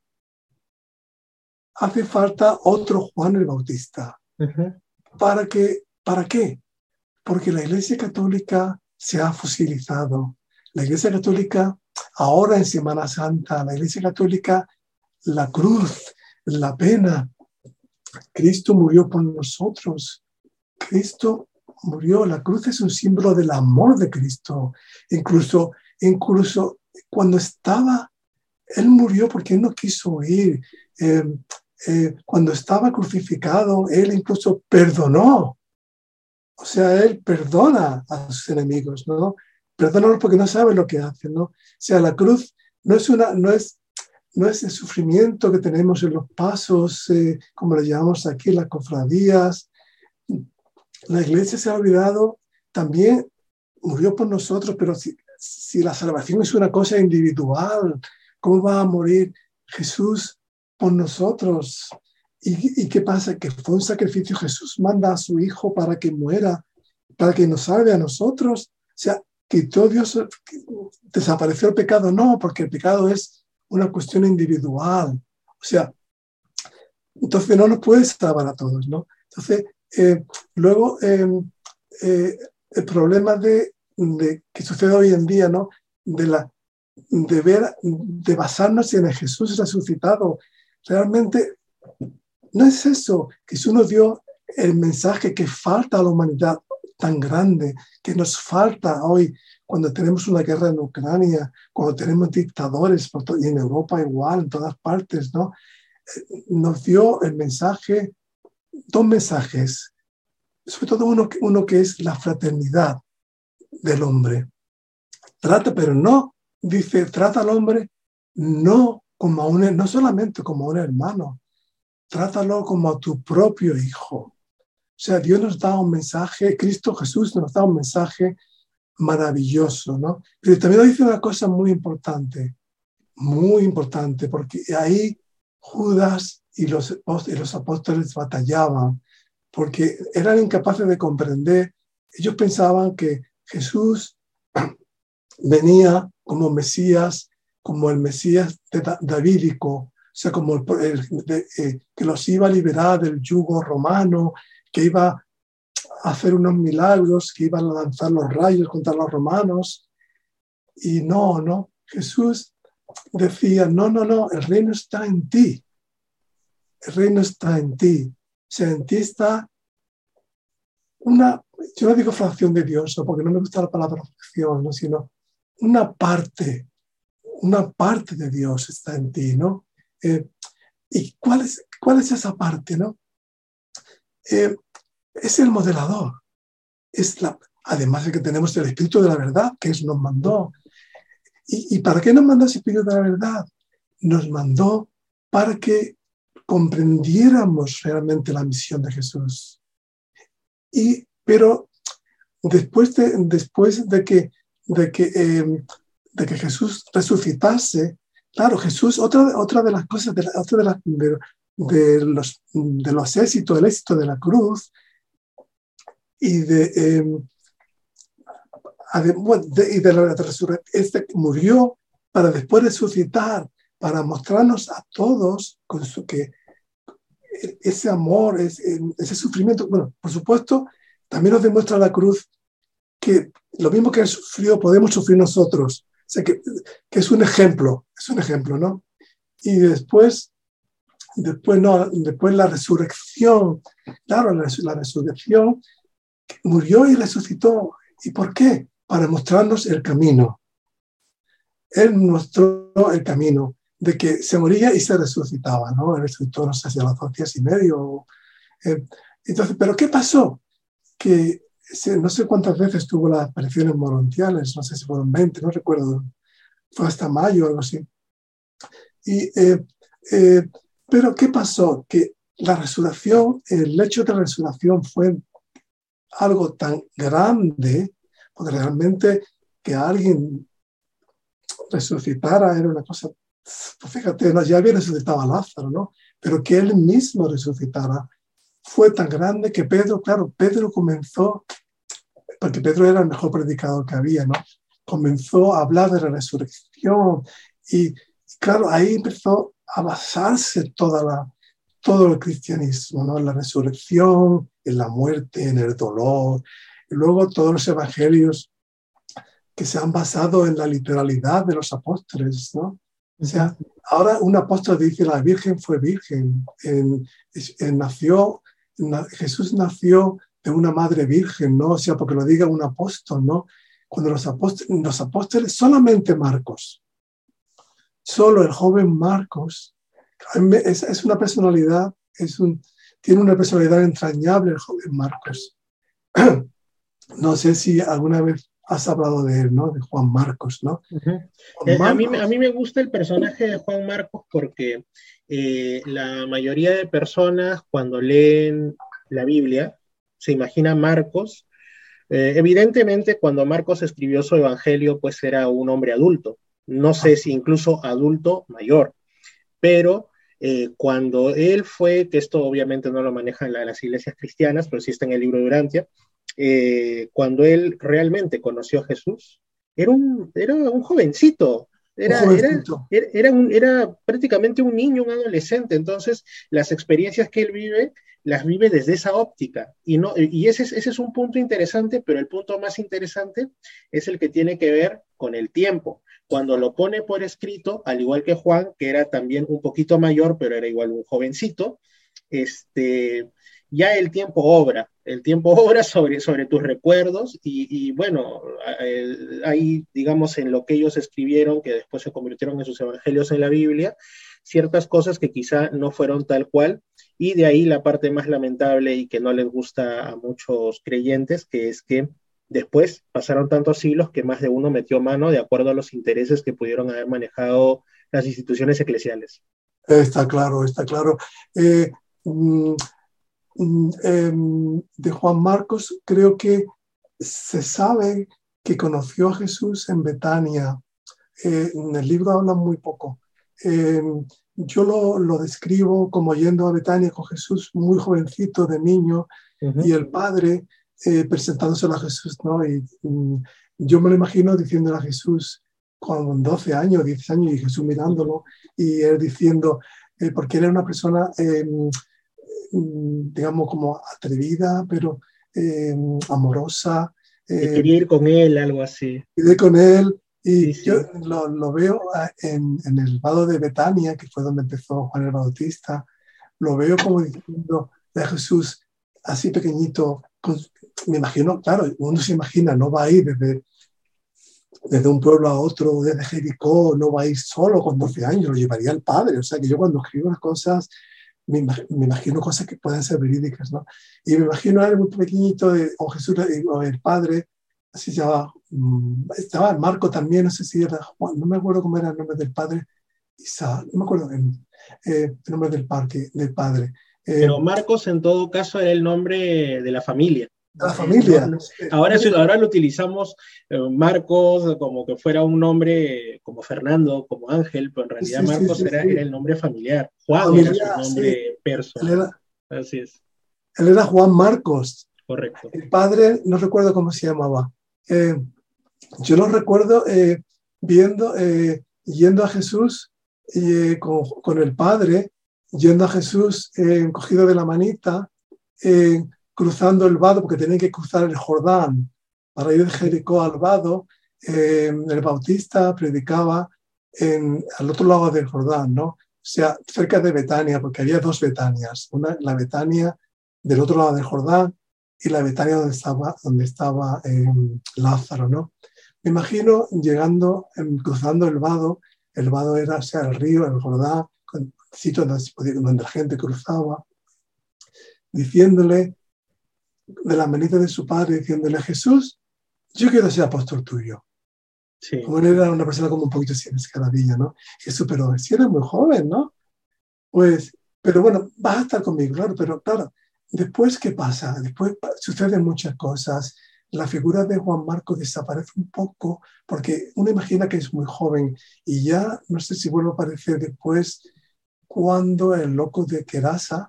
Hace falta otro Juan el Bautista. ¿Para qué? Porque la Iglesia Católica se ha fosilizado. La Iglesia Católica, ahora en Semana Santa, la Iglesia Católica, la cruz, la pena. Cristo murió por nosotros. Cristo murió. La cruz es un símbolo del amor de Cristo. Incluso cuando Él murió porque Él no quiso huir. Cuando estaba crucificado, Él incluso perdonó. O sea, Él perdona a sus enemigos, ¿no? Perdónalos porque no saben lo que hacen, ¿no? O sea, la cruz no es el sufrimiento que tenemos en los pasos, como le llamamos aquí, en las cofradías. La Iglesia se ha olvidado, también murió por nosotros, pero si la salvación es una cosa individual, ¿cómo va a morir Jesús por nosotros? ¿Y qué pasa? Que fue un sacrificio. Jesús manda a su Hijo para que muera, para que nos salve a nosotros. O sea, quitó Dios, desapareció el pecado. No, porque el pecado es una cuestión individual. O sea, entonces no nos puede salvar a todos, ¿no? Entonces, luego, el problema de que sucede hoy en día, ¿no? De basarnos en el Jesús resucitado. Realmente no es eso. Jesús nos dio el mensaje que falta a la humanidad tan grande, que nos falta hoy cuando tenemos una guerra en Ucrania, cuando tenemos dictadores, y en Europa igual, en todas partes, ¿no? Nos dio el mensaje, 2 mensajes, sobre todo uno que es la fraternidad del hombre. Pero no, dice, trata al hombre no solamente como un hermano, trátalo como a tu propio hijo. O sea, Dios nos da un mensaje, Cristo Jesús nos da un mensaje maravilloso, ¿no? Pero también nos dice una cosa muy importante, porque ahí Judas y los apóstoles batallaban, porque eran incapaces de comprender. Ellos pensaban que Jesús venía como Mesías, como el Mesías davídico, o sea, como que los iba a liberar del yugo romano, que iba a hacer unos milagros, que iba a lanzar los rayos contra los romanos. Y no, Jesús decía, no, el reino está en ti. El reino está en ti. O sea, en ti está yo no digo fracción de Dios, ¿no? Porque no me gusta la palabra fracción, ¿no? Sino una parte de Dios está en ti, ¿no? ¿Y cuál es esa parte, no? Es el modelador. Además de que tenemos el Espíritu de la verdad, que nos mandó. ¿Y para qué nos mandó ese Espíritu de la verdad? Nos mandó para que comprendiéramos realmente la misión de Jesús. Pero después de que Jesús resucitase, claro, Jesús, otra de las cosas, de los éxitos, el éxito de la cruz y de la resurrección, murió para después resucitar, para mostrarnos a todos que ese amor, ese sufrimiento, bueno, por supuesto, también nos demuestra la cruz que lo mismo que él sufrió, podemos sufrir nosotros. O sea, que es un ejemplo, ¿no? Y después la resurrección, claro, la resurrección, murió y resucitó. ¿Y por qué? Para mostrarnos el camino. Él mostró el camino de que se moría y se resucitaba, ¿no? Él resucitó, no sé, hacia las 2 días y medio. Entonces, ¿pero qué pasó? Que no sé cuántas veces tuvo las apariciones morontiales, no sé si fueron 20, no recuerdo, fue hasta mayo o algo así. Pero ¿qué pasó? Que la resurrección, el hecho de la resurrección fue algo tan grande, porque realmente que alguien resucitara era una cosa, pues fíjate, ¿no? Ya había resucitado a Lázaro, ¿no? Pero que él mismo resucitara fue tan grande que Pedro comenzó, porque Pedro era el mejor predicador que había, ¿no? Comenzó a hablar de la resurrección y claro, ahí empezó a basarse todo el cristianismo, ¿no? En la resurrección, en la muerte, en el dolor. Y luego todos los evangelios que se han basado en la literalidad de los apóstoles, ¿no? O sea, ahora un apóstol dice la Virgen fue virgen, Jesús nació de una madre virgen, ¿no? O sea, porque lo diga un apóstol, ¿no? Cuando los apóstoles, solamente Marcos, solo el joven Marcos, es una personalidad, tiene una personalidad entrañable el joven Marcos. No sé si alguna vez has hablado de él, ¿no? De Juan Marcos, ¿no? A mí me gusta el personaje de Juan Marcos porque la mayoría de personas cuando leen la Biblia se imagina Marcos. Evidentemente, cuando Marcos escribió su evangelio, pues era un hombre adulto. No sé si incluso adulto mayor, pero cuando él fue, que esto obviamente no lo manejan las iglesias cristianas, pero sí está en el libro de Urantia, cuando él realmente conoció a Jesús, era un jovencito, era prácticamente un niño, un adolescente. Entonces las experiencias que él vive, las vive desde esa óptica, y ese es un punto interesante, pero el punto más interesante es el que tiene que ver con el tiempo. Cuando lo pone por escrito, al igual que Juan, que era también un poquito mayor, pero era igual un jovencito, ya el tiempo obra sobre tus recuerdos y bueno, hay, digamos, en lo que ellos escribieron, que después se convirtieron en sus evangelios en la Biblia, ciertas cosas que quizá no fueron tal cual, y de ahí la parte más lamentable y que no les gusta a muchos creyentes, que es que después pasaron tantos siglos que más de uno metió mano de acuerdo a los intereses que pudieron haber manejado las instituciones eclesiales. Está claro, está claro. De Juan Marcos creo que se sabe que conoció a Jesús en Betania. En el libro habla muy poco. Yo lo describo como yendo a Betania con Jesús muy jovencito, de niño, y el padre presentándoselo a Jesús, ¿no? Y yo me lo imagino diciéndole a Jesús con 12 años, 10 años, y Jesús mirándolo, y él diciendo, porque él era una persona, digamos, como atrevida, pero amorosa. Quería ir con él, algo así. Ir con él, y sí. yo lo veo en el vado de Betania, que fue donde empezó Juan el Bautista, lo veo como diciendo a Jesús, así pequeñito, me imagino, claro, uno se imagina, no va a ir desde un pueblo a otro, desde Jericó, no va a ir solo con 12 años, lo llevaría el padre. O sea, que yo cuando escribo las cosas, me imagino cosas que pueden ser verídicas, ¿no? Y me imagino a él muy pequeñito, o Jesús, o el padre, así se llamaba, estaba Marco también, no sé si era Juan, no me acuerdo cómo era el nombre del padre, Isa, no me acuerdo el nombre del padre. Pero Marcos, en todo caso, era el nombre de la familia. La familia. Ahora lo utilizamos Marcos como que fuera un nombre como Fernando, como Ángel, pero en realidad Marcos era el nombre familiar. Juan era su nombre personal. Así es. Él era Juan Marcos. Correcto. El padre, no recuerdo cómo se llamaba. Yo lo recuerdo yendo a Jesús con el padre, yendo a Jesús cogido de la manita, cruzando el vado, porque tenían que cruzar el Jordán para ir de Jericó al vado. El Bautista predicaba al otro lado del Jordán, ¿no? O sea, cerca de Betania, porque había 2 Betanias, la Betania del otro lado del Jordán y la Betania donde estaba Lázaro, ¿no? Me imagino cruzando el vado era, o sea, el río, el Jordán, sitio donde la gente cruzaba, diciéndole, de la manita de su padre, diciéndole: Jesús, yo quiero ser apóstol tuyo. Sí. Como él era una persona como un poquito sin escaladilla, ¿no? Jesús, pero si eres muy joven, ¿no? Pues, pero bueno, vas a estar conmigo, claro, pero claro, después, ¿qué pasa? Después suceden muchas cosas. La figura de Juan Marcos desaparece un poco, porque uno imagina que es muy joven, y ya no sé si vuelve a aparecer después, cuando el loco de Gerasa,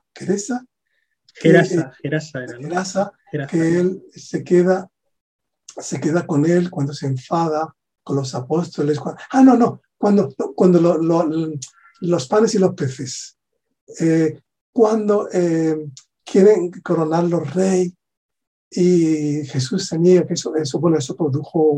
que él se queda con él cuando se enfada con los apóstoles. Cuando los panes y los peces, cuando quieren coronarlo rey y Jesús se niega, que eso produjo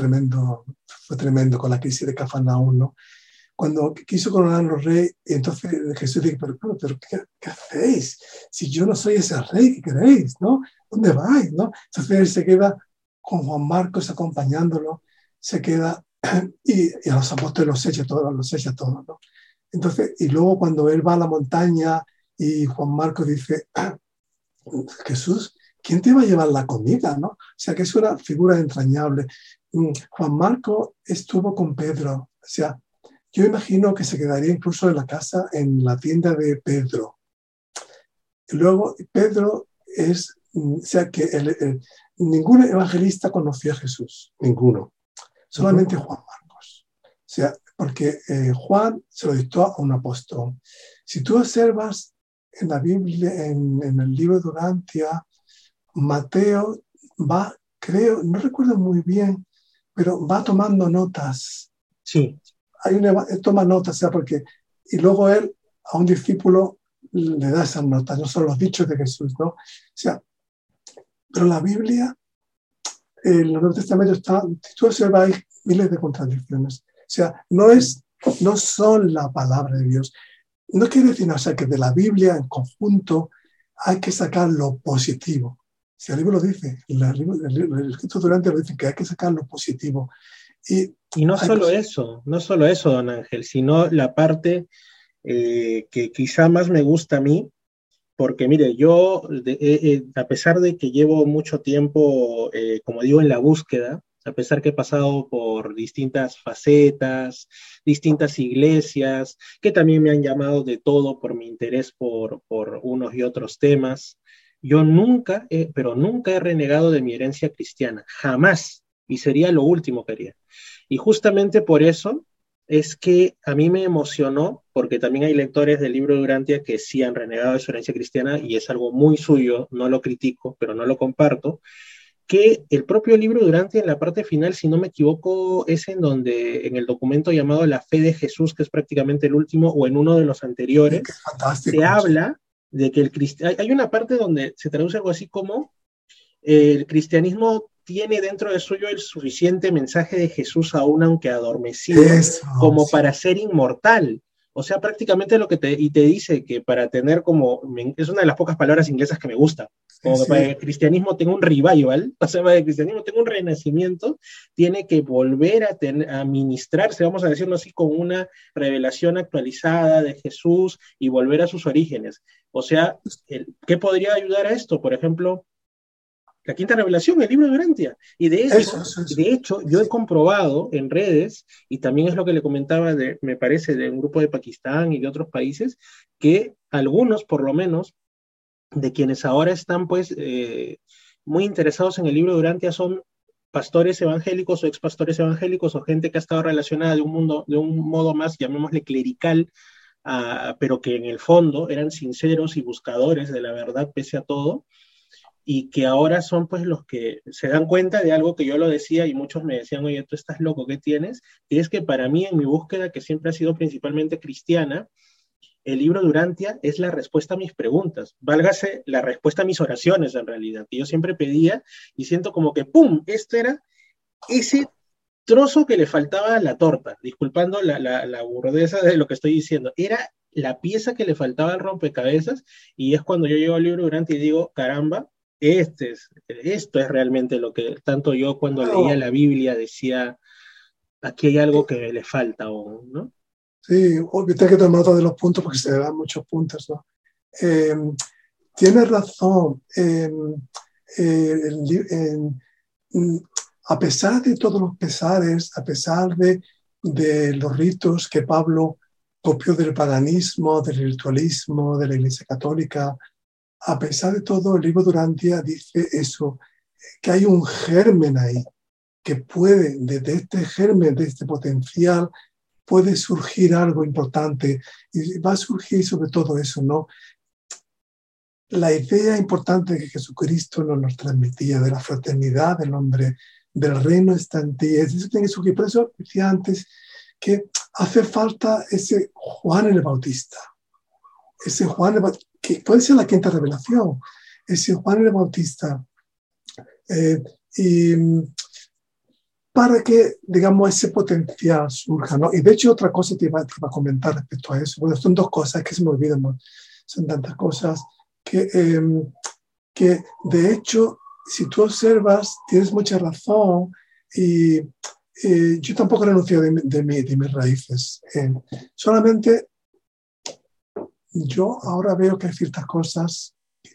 fue tremendo con la crisis de Cafarnaúm, ¿no? Cuando quiso coronarlo rey, entonces Jesús dice: pero ¿qué hacéis? Si yo no soy ese rey que queréis, ¿no? ¿Dónde vais, no? Entonces él se queda con Juan Marcos acompañándolo, se queda y a los apóstoles los echa todos, ¿no? Entonces, y luego cuando él va a la montaña y Juan Marcos dice: Jesús, ¿quién te va a llevar la comida, no? O sea, que es una figura entrañable. Juan Marcos estuvo con Pedro, o sea, yo imagino que se quedaría incluso en la casa, en la tienda de Pedro. Y luego Pedro o sea, que ningún evangelista conoció a Jesús, ninguno, solamente Juan Marcos. O sea, porque Juan se lo dictó a un apóstol. Si tú observas en la Biblia, en el libro de Urantia, Mateo no recuerdo muy bien, pero va tomando notas. Sí. Toma notas, o sea, porque, y luego él a un discípulo le da esas notas, no son los dichos de Jesús, ¿no? O sea, pero la Biblia, el Nuevo Testamento si tú observas, hay miles de contradicciones. O sea, no son la palabra de Dios. No quiere decir, o sea, que de la Biblia en conjunto hay que sacar lo positivo. Si el libro lo dice, el escrito durante lo dice, que hay que sacar lo positivo. Y no solo eso, don Ángel, sino la parte que quizá más me gusta a mí, porque mire, yo, a pesar de que llevo mucho tiempo, como digo, en la búsqueda, a pesar que he pasado por distintas facetas, distintas iglesias, que también me han llamado de todo por mi interés por unos y otros temas, yo nunca he renegado de mi herencia cristiana, jamás, y sería lo último que haría. Y justamente por eso es que a mí me emocionó, porque también hay lectores del libro de Urantia que sí han renegado de su herencia cristiana, y es algo muy suyo, no lo critico, pero no lo comparto, que el propio libro de Urantia, en la parte final, si no me equivoco, es en donde, en el documento llamado La Fe de Jesús, que es prácticamente el último, o en uno de los anteriores, se habla de que hay una parte donde se traduce algo así como el cristianismo tiene dentro de suyo el suficiente mensaje de Jesús aún aunque adormecido, como para ser inmortal. O sea, prácticamente y te dice que para tener es una de las pocas palabras inglesas que me gusta, como que para que el cristianismo tenga un revival, o sea, para que el cristianismo tenga un renacimiento, tiene que volver a ministrarse, vamos a decirlo así, con una revelación actualizada de Jesús y volver a sus orígenes. O sea, ¿qué podría ayudar a esto? Por ejemplo, la quinta revelación, el libro de Urantia. Y de hecho, yo he comprobado en redes, y también es lo que le comentaba, me parece, de un grupo de Pakistán y de otros países, que algunos, por lo menos, de quienes ahora están pues muy interesados en el libro de Urantia son pastores evangélicos o expastores evangélicos o gente que ha estado relacionada de un modo más, llamémosle clerical, pero que en el fondo eran sinceros y buscadores de la verdad pese a todo, y que ahora son pues los que se dan cuenta de algo que yo lo decía y muchos me decían, oye, tú estás loco, ¿qué tienes? Y es que para mí, en mi búsqueda, que siempre ha sido principalmente cristiana, el libro de Urantia es la respuesta a mis preguntas, válgase la respuesta a mis oraciones en realidad, que yo siempre pedía y siento como que, ¡pum!, esto era ese trozo que le faltaba a la torta, disculpando la burdeza de lo que estoy diciendo, era la pieza que le faltaba al rompecabezas, y es cuando yo llego al libro de Urantia y digo, caramba, esto es realmente lo que tanto yo cuando leía la Biblia decía, aquí hay algo que le falta aún, ¿no? Sí, tengo que tomar nota de los puntos porque se dan muchos puntos, ¿no? Tienes razón. A pesar de todos los pesares, a pesar de los ritos que Pablo copió del paganismo, del ritualismo, de la Iglesia Católica, a pesar de todo, el libro de Urantia dice eso, que hay un germen ahí, que puede, desde este germen, de este potencial, puede surgir algo importante, y va a surgir sobre todo eso, ¿no? La idea importante que Jesucristo nos transmitía de la fraternidad del hombre, del reino está en ti, eso tiene que surgir. Por eso decía antes que hace falta ese Juan el Bautista, ese Juan el Bautista, que puede ser la quinta revelación, ese Juan el Bautista, y para que, digamos, ese potencial surja, ¿no? Y de hecho, otra cosa te iba a comentar respecto a eso. Bueno, son dos cosas que se me olvidan, ¿no? Son tantas cosas que de hecho, si tú observas, tienes mucha razón, y yo tampoco renuncio de mis raíces. Solamente yo ahora veo que hay ciertas cosas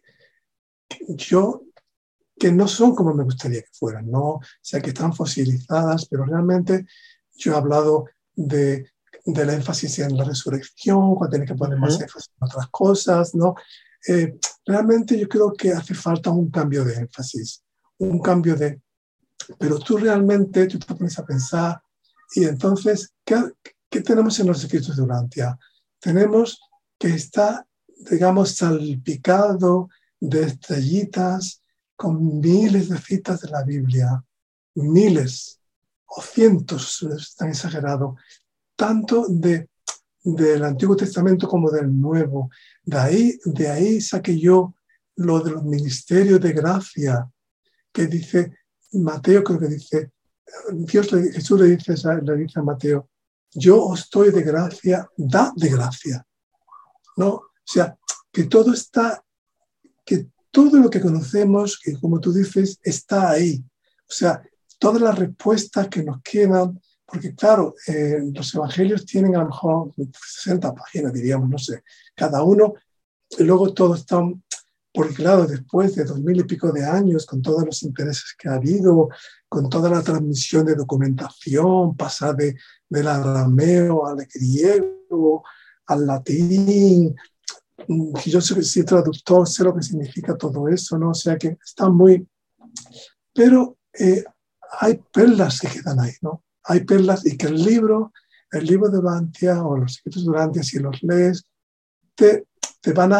que no son como me gustaría que fueran, ¿no? O sea, que están fosilizadas, pero realmente yo he hablado del énfasis en la resurrección, cuando tiene que poner más énfasis en otras cosas, ¿no? Realmente yo creo que hace falta un cambio de énfasis, un cambio pero tú realmente, tú te pones a pensar, y entonces, ¿qué tenemos en los escritos de Urantia? Tenemos que está, digamos, salpicado de estrellitas con miles de citas de la Biblia, miles o cientos, tan exagerado, tanto del Antiguo Testamento como del Nuevo. De ahí saqué yo lo de los ministerios de gracia, que dice Mateo, creo que dice, Jesús le dice a Mateo, yo os doy de gracia, da de gracia, ¿no? O sea, que todo está, que todo lo que conocemos, que como tú dices, está ahí. O sea, todas las respuestas que nos quedan, porque claro, los evangelios tienen a lo mejor 60 páginas, diríamos, no sé, cada uno, y luego todo está, porque claro, después de 2000 y pico de años, con todos los intereses que ha habido, con toda la transmisión de documentación, pasar del arameo al griego, al latín, yo soy traductor, sé lo que significa todo eso, ¿no? O sea que está muy... Pero hay perlas que quedan ahí, ¿no? Hay perlas, y que el libro de Urantia o los escritos de Urantia, si los lees, te van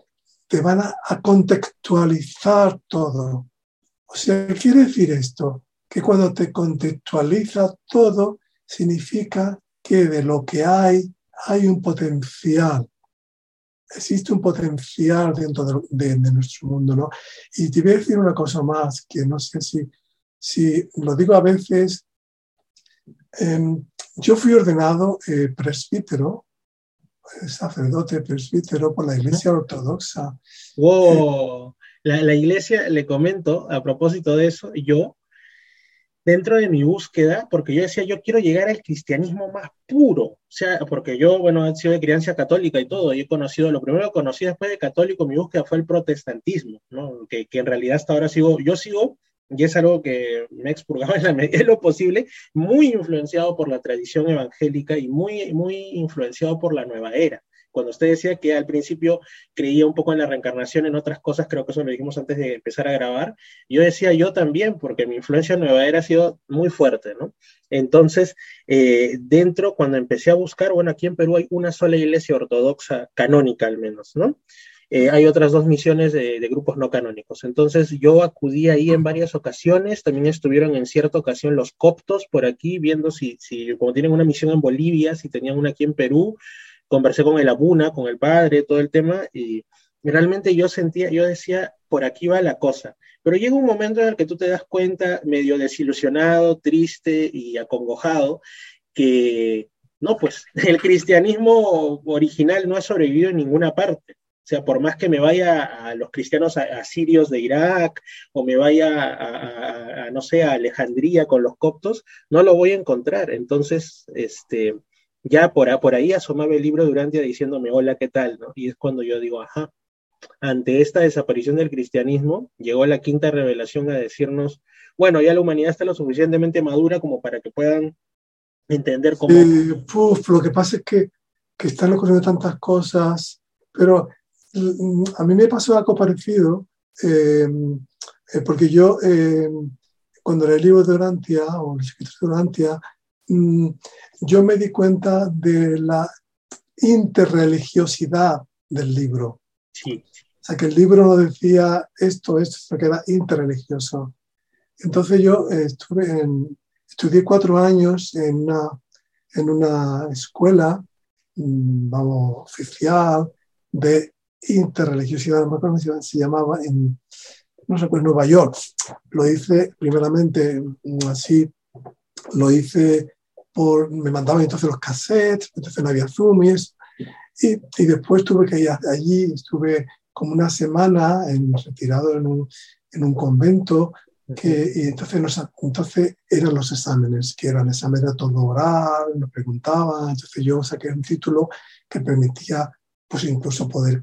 a contextualizar todo. O sea, ¿qué quiere decir esto? Que cuando te contextualiza todo, significa que de lo que hay un potencial. Existe un potencial dentro de nuestro mundo, ¿no? Y te voy a decir una cosa más, que no sé si lo digo a veces. Yo fui ordenado presbítero sacerdote presbítero por la Iglesia Ortodoxa. ¡Wow! La iglesia, le comento, a propósito de eso, yo, dentro de mi búsqueda, porque yo decía, yo quiero llegar al cristianismo más puro, o sea, porque yo, bueno, he sido de crianza católica y todo, y he conocido, lo primero que conocí después de católico, mi búsqueda fue el protestantismo, ¿no? Que en realidad hasta ahora yo sigo, y es algo que me he expurgado en la medida de lo posible, muy influenciado por la tradición evangélica y muy, muy influenciado por la nueva era. Cuando usted decía que al principio creía un poco en la reencarnación, en otras cosas, creo que eso lo dijimos antes de empezar a grabar, yo decía yo también, porque mi influencia en nueva era ha sido muy fuerte, ¿no? Entonces, dentro, cuando empecé a buscar, bueno, aquí en Perú hay una sola iglesia ortodoxa, canónica al menos, ¿no? Hay otras 2 misiones de grupos no canónicos. Entonces yo acudí ahí en varias ocasiones, también estuvieron en cierta ocasión los coptos por aquí, viendo si como tienen una misión en Bolivia, si tenían una aquí en Perú, conversé con el Abuna, con el padre, todo el tema, y realmente yo decía, por aquí va la cosa. Pero llega un momento en el que tú te das cuenta, medio desilusionado, triste y acongojado, que no, pues el cristianismo original no ha sobrevivido en ninguna parte. O sea, por más que me vaya a los cristianos asirios de Irak o me vaya no sé, a Alejandría con los coptos, no lo voy a encontrar. Entonces, ya por ahí asomaba el libro Durantia diciéndome, hola, ¿qué tal? ¿No? Y es cuando yo digo, ajá, ante esta desaparición del cristianismo, llegó la quinta revelación a decirnos, bueno, ya la humanidad está lo suficientemente madura como para que puedan entender cómo... Lo que pasa es que están ocurriendo tantas cosas, pero a mí me pasó algo parecido, porque yo, cuando leí el libro de Durantia, o los escritos de Durantia, yo me di cuenta de la interreligiosidad del libro. Sí. O sea, que el libro no decía esto, sino que era interreligioso. Entonces yo estudié 4 años en una escuela, vamos, oficial de interreligiosidad, no me acuerdo cómo se llamaba, no sé, en Nueva York. Lo hice primeramente así, lo hice me mandaban entonces los cassettes, entonces no había Zoom y eso. Y después tuve que ir allí, estuve como una semana retirado en un convento, y entonces eran los exámenes, que eran exámenes todo oral, nos preguntaban, entonces yo saqué un título que permitía pues incluso poder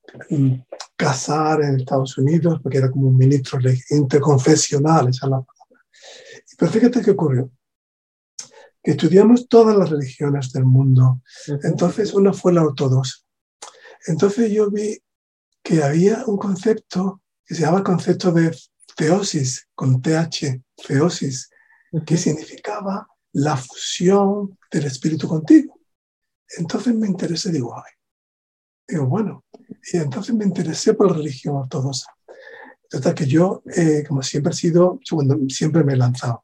casar en Estados Unidos, porque era como un ministro interconfesional, esa es la palabra. Pero fíjate qué ocurrió. Que estudiamos todas las religiones del mundo. Entonces una fue la ortodoxa. Entonces yo vi que había un concepto que se llama concepto de teosis, con TH, teosis, que significaba la fusión del espíritu contigo. Entonces me interesé, digo, bueno, y entonces me interesé por la religión ortodoxa. Hasta que yo, como siempre he sido, siempre me he lanzado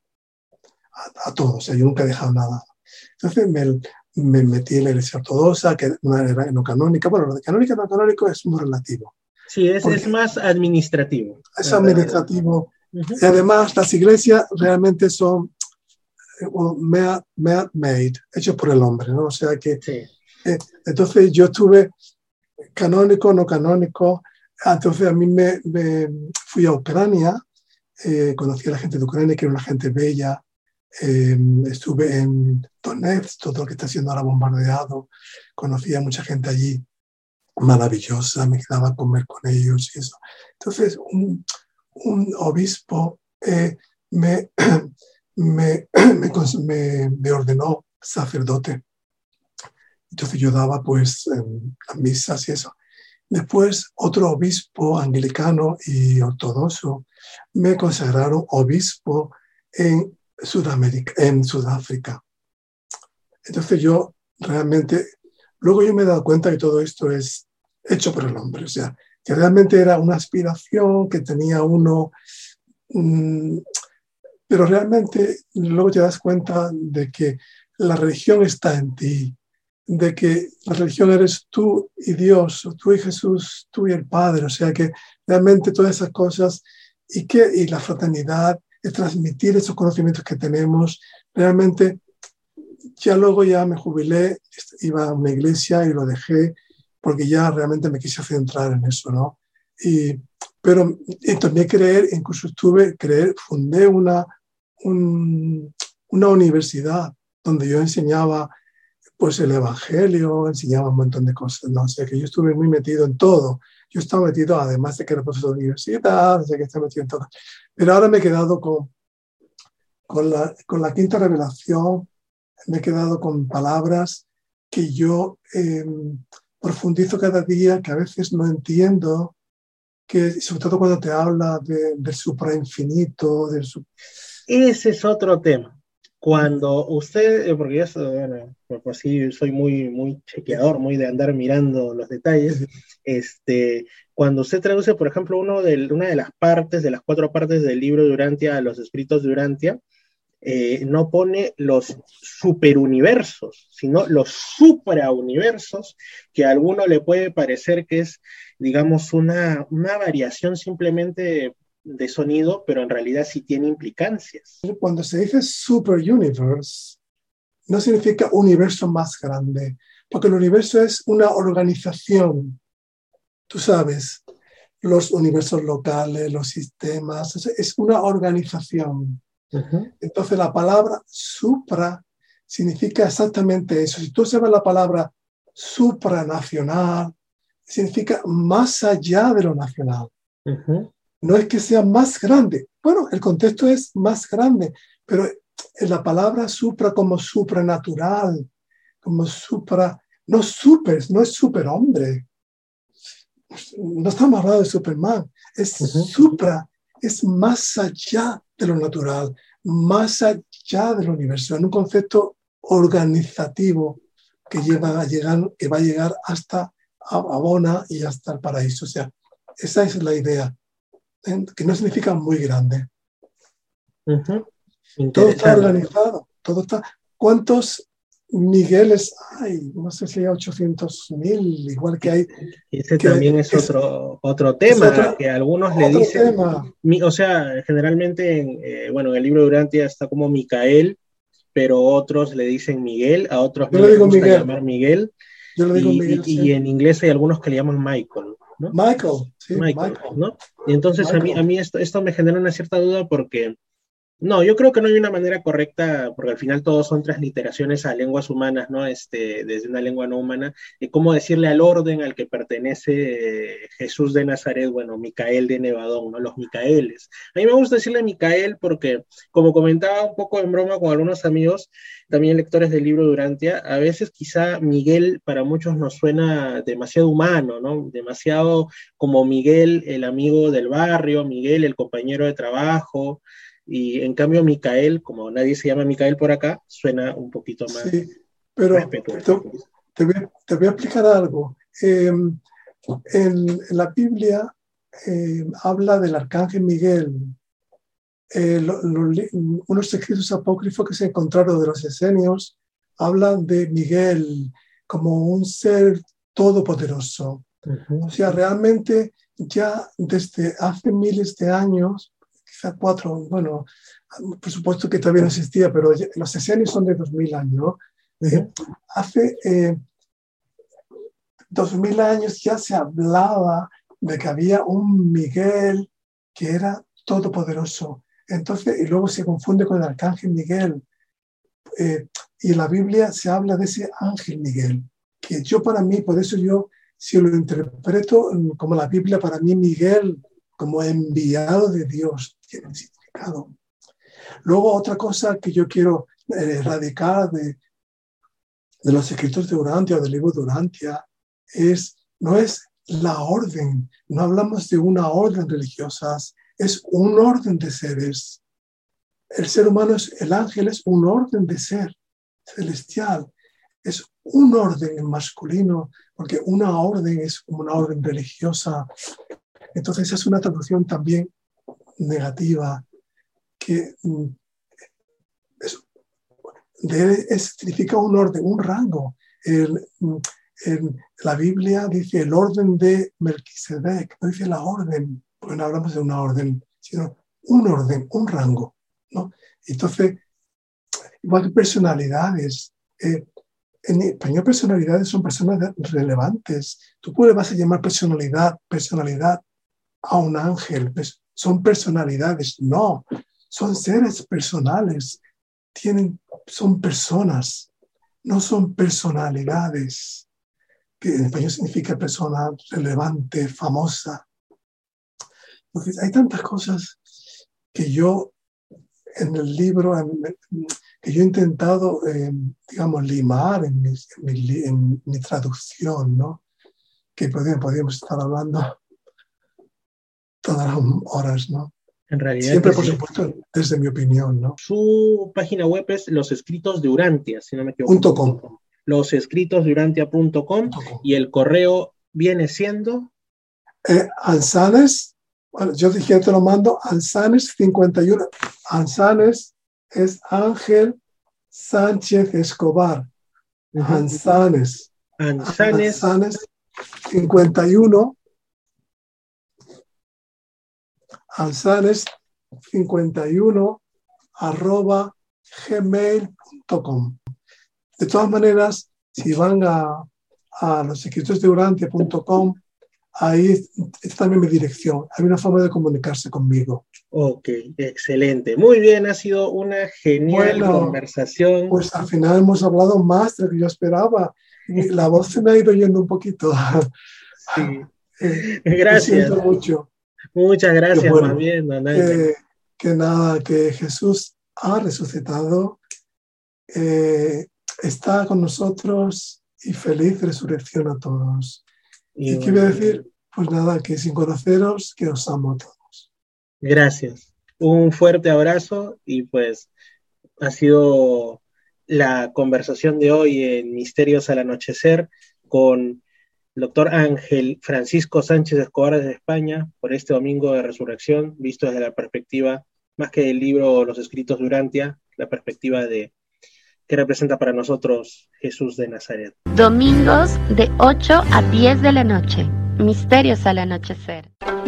a todos, o sea, yo nunca he dejado nada. Entonces me metí en la iglesia ortodoxa, que era no canónica. Bueno, lo de canónica y no canónico es muy relativo. Sí, es más administrativo. Es administrativo. Y además las iglesias realmente son man-made, hechos por el hombre, ¿no? O sea que... Sí. Entonces yo estuve canónico, no canónico. Entonces a mí me fui a Ucrania, conocí a la gente de Ucrania, que era una gente bella. Estuve en Donetsk, todo lo que está siendo ahora bombardeado. Conocí a mucha gente allí maravillosa, me quedaba a comer con ellos y eso. Entonces un obispo me ordenó sacerdote. Entonces yo daba pues las misas y eso. Después otro obispo anglicano y ortodoxo me consagraron obispo en Sudáfrica. Entonces yo realmente, luego yo me he dado cuenta que todo esto es hecho por el hombre, o sea, que realmente era una aspiración que tenía uno, pero realmente luego te das cuenta de que la religión está en ti, de que la religión eres tú y Dios, tú y Jesús, tú y el Padre, o sea que realmente todas esas cosas y la fraternidad, es transmitir esos conocimientos que tenemos, realmente ya luego ya me jubilé, iba a una iglesia y lo dejé porque ya realmente me quise centrar en eso, ¿no? Pero también incluso fundé una universidad donde yo enseñaba pues el evangelio, enseñaba un montón de cosas, ¿no? O sea que yo estuve muy metido en todo. Yo estaba metido, además de que era profesor de universidad, o sea que estaba metido en todo. Pero ahora me he quedado con la quinta revelación, me he quedado con palabras que yo profundizo cada día, que a veces no entiendo, que sobre todo cuando te habla del suprainfinito, Ese es otro tema. Cuando usted, porque yo bueno, pues sí, soy muy chequeador, muy de andar mirando los detalles, cuando usted traduce, por ejemplo, una de las partes, de las 4 partes del libro de Urantia a los escritos de Urantia, no pone los superuniversos, sino los suprauniversos, que a alguno le puede parecer que es, digamos, una variación simplemente de sonido, pero en realidad sí tiene implicancias. Cuando se dice super universe, no significa universo más grande, porque el universo es una organización, tú sabes, los universos locales, los sistemas, es una organización. Uh-huh. Entonces la palabra supra significa exactamente eso. Si tú sabes la palabra supranacional, significa más allá de lo nacional. Uh-huh. No es que sea más grande. Bueno, el contexto es más grande, pero la palabra supra como supranatural, como supra, no es superhombre. No estamos hablando de Superman. Es Uh-huh. supra, es más allá de lo natural, más allá del universo, en un concepto organizativo que va a llegar hasta Abona y hasta el paraíso. O sea, esa es la idea, que no significa muy grande. Uh-huh. Todo está organizado, todo está. ¿Cuántos Migueles hay? No sé si hay 800.000, igual que hay. Ese también es otro tema, que algunos le dicen, o sea, generalmente bueno, en el libro de Urantia está como Micael, pero otros le dicen Miguel, a otros no les gusta llamar Miguel. Yo le digo Miguel, y en inglés hay algunos que le llaman Michael, ¿no? Michael. ¿no? Y entonces a mí esto me genera una cierta duda porque, no, yo creo que no hay una manera correcta, porque al final todos son transliteraciones a lenguas humanas, ¿no? Desde una lengua no humana, de cómo decirle al orden al que pertenece Jesús de Nazaret, bueno, Micael de Nevadón, ¿no? Los Micaeles. A mí me gusta decirle Micael porque, como comentaba un poco en broma con algunos amigos, también lectores del libro de Urantia, a veces quizá Miguel para muchos nos suena demasiado humano, ¿no? Demasiado como Miguel, el amigo del barrio, Miguel, el compañero de trabajo. Y en cambio Micael, como nadie se llama Micael por acá, suena un poquito más respetuoso. Te voy a explicar algo. En la Biblia habla del arcángel Miguel. Unos escritos apócrifos que se encontraron de los esenios hablan de Miguel como un ser todopoderoso. Uh-huh. O sea, realmente ya desde hace miles de años, quizá 4, bueno, por supuesto que todavía no existía, pero los esenios son de 2000 años, ¿no? Uh-huh. Hace 2000 años ya se hablaba de que había un Miguel que era todopoderoso. Entonces, y luego se confunde con el arcángel Miguel. Y en la Biblia se habla de ese ángel Miguel, que yo para mí, por eso yo, si lo interpreto como la Biblia, para mí Miguel, como enviado de Dios, tiene significado. Luego, otra cosa que yo quiero erradicar de los escritos de Urantia o del libro de Urantia no es la orden, no hablamos de una orden religiosa, es un orden de seres. El ser humano, el ángel es un orden de ser celestial, es un orden masculino, porque una orden es como una orden religiosa. Entonces es una traducción también negativa, que significa un orden, un rango. La Biblia dice el orden de Melquisedec, no dice la orden, porque no hablamos de una orden, sino un orden, un rango, ¿no? Entonces, igual que personalidades. En español, personalidades son personas relevantes. Tú vas a llamar personalidad a un ángel. Son personalidades. No, son seres personales. Son personas, no son personalidades, que en español significa persona relevante, famosa. Entonces, hay tantas cosas que yo en el libro, que yo he intentado, limar en mi traducción, ¿no? Que podríamos estar hablando todas las horas, ¿no? En realidad, siempre, por supuesto, desde mi opinión, ¿no? Su página web es Los Escritos de Urantia, si no me equivoco. .com. Losescritosdeurantia.com. Y el correo viene siendo... Anzanes, bueno, yo dije, te lo mando, Anzanes 51. Anzanes es Ángel Sánchez Escobar. Anzanes 51. Anzanes51 @gmail.com. De todas maneras, si van a losescritosdeurantia.com, ahí está también mi dirección. Hay una forma de comunicarse conmigo. Ok, excelente. Muy bien, ha sido una genial conversación. Pues al final hemos hablado más de lo que yo esperaba. La voz se me ha ido yendo un poquito. Sí. Gracias. Lo siento mucho. Muchas gracias, más bien, don Ángel. Que Jesús ha resucitado, está con nosotros y feliz resurrección a todos. ¿Y qué voy a decir? Pues nada, que sin conoceros, que os amo a todos. Gracias. Un fuerte abrazo y pues ha sido la conversación de hoy en Misterios al Anochecer con el doctor Ángel Francisco Sánchez Escobar desde España por este domingo de resurrección, visto desde la perspectiva, más que del libro Los Escritos de Urantia, la perspectiva de que representa para nosotros Jesús de Nazaret. Domingos de 8 a 10 de la noche, Misterios al Anochecer.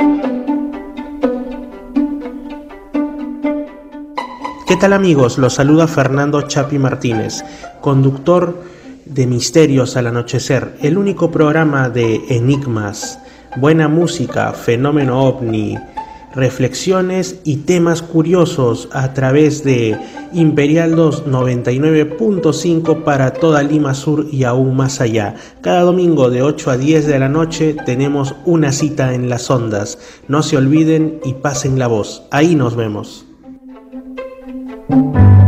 ¿Qué tal, amigos? Los saluda Fernando Chapi Martínez, conductor de Misterios al Anochecer, el único programa de enigmas, buena música, fenómeno ovni, reflexiones y temas curiosos a través de Imperial 2 99.5 para toda Lima Sur y aún más allá. Cada domingo de 8 a 10 de la noche tenemos una cita en las ondas. No se olviden y pasen la voz. Ahí nos vemos.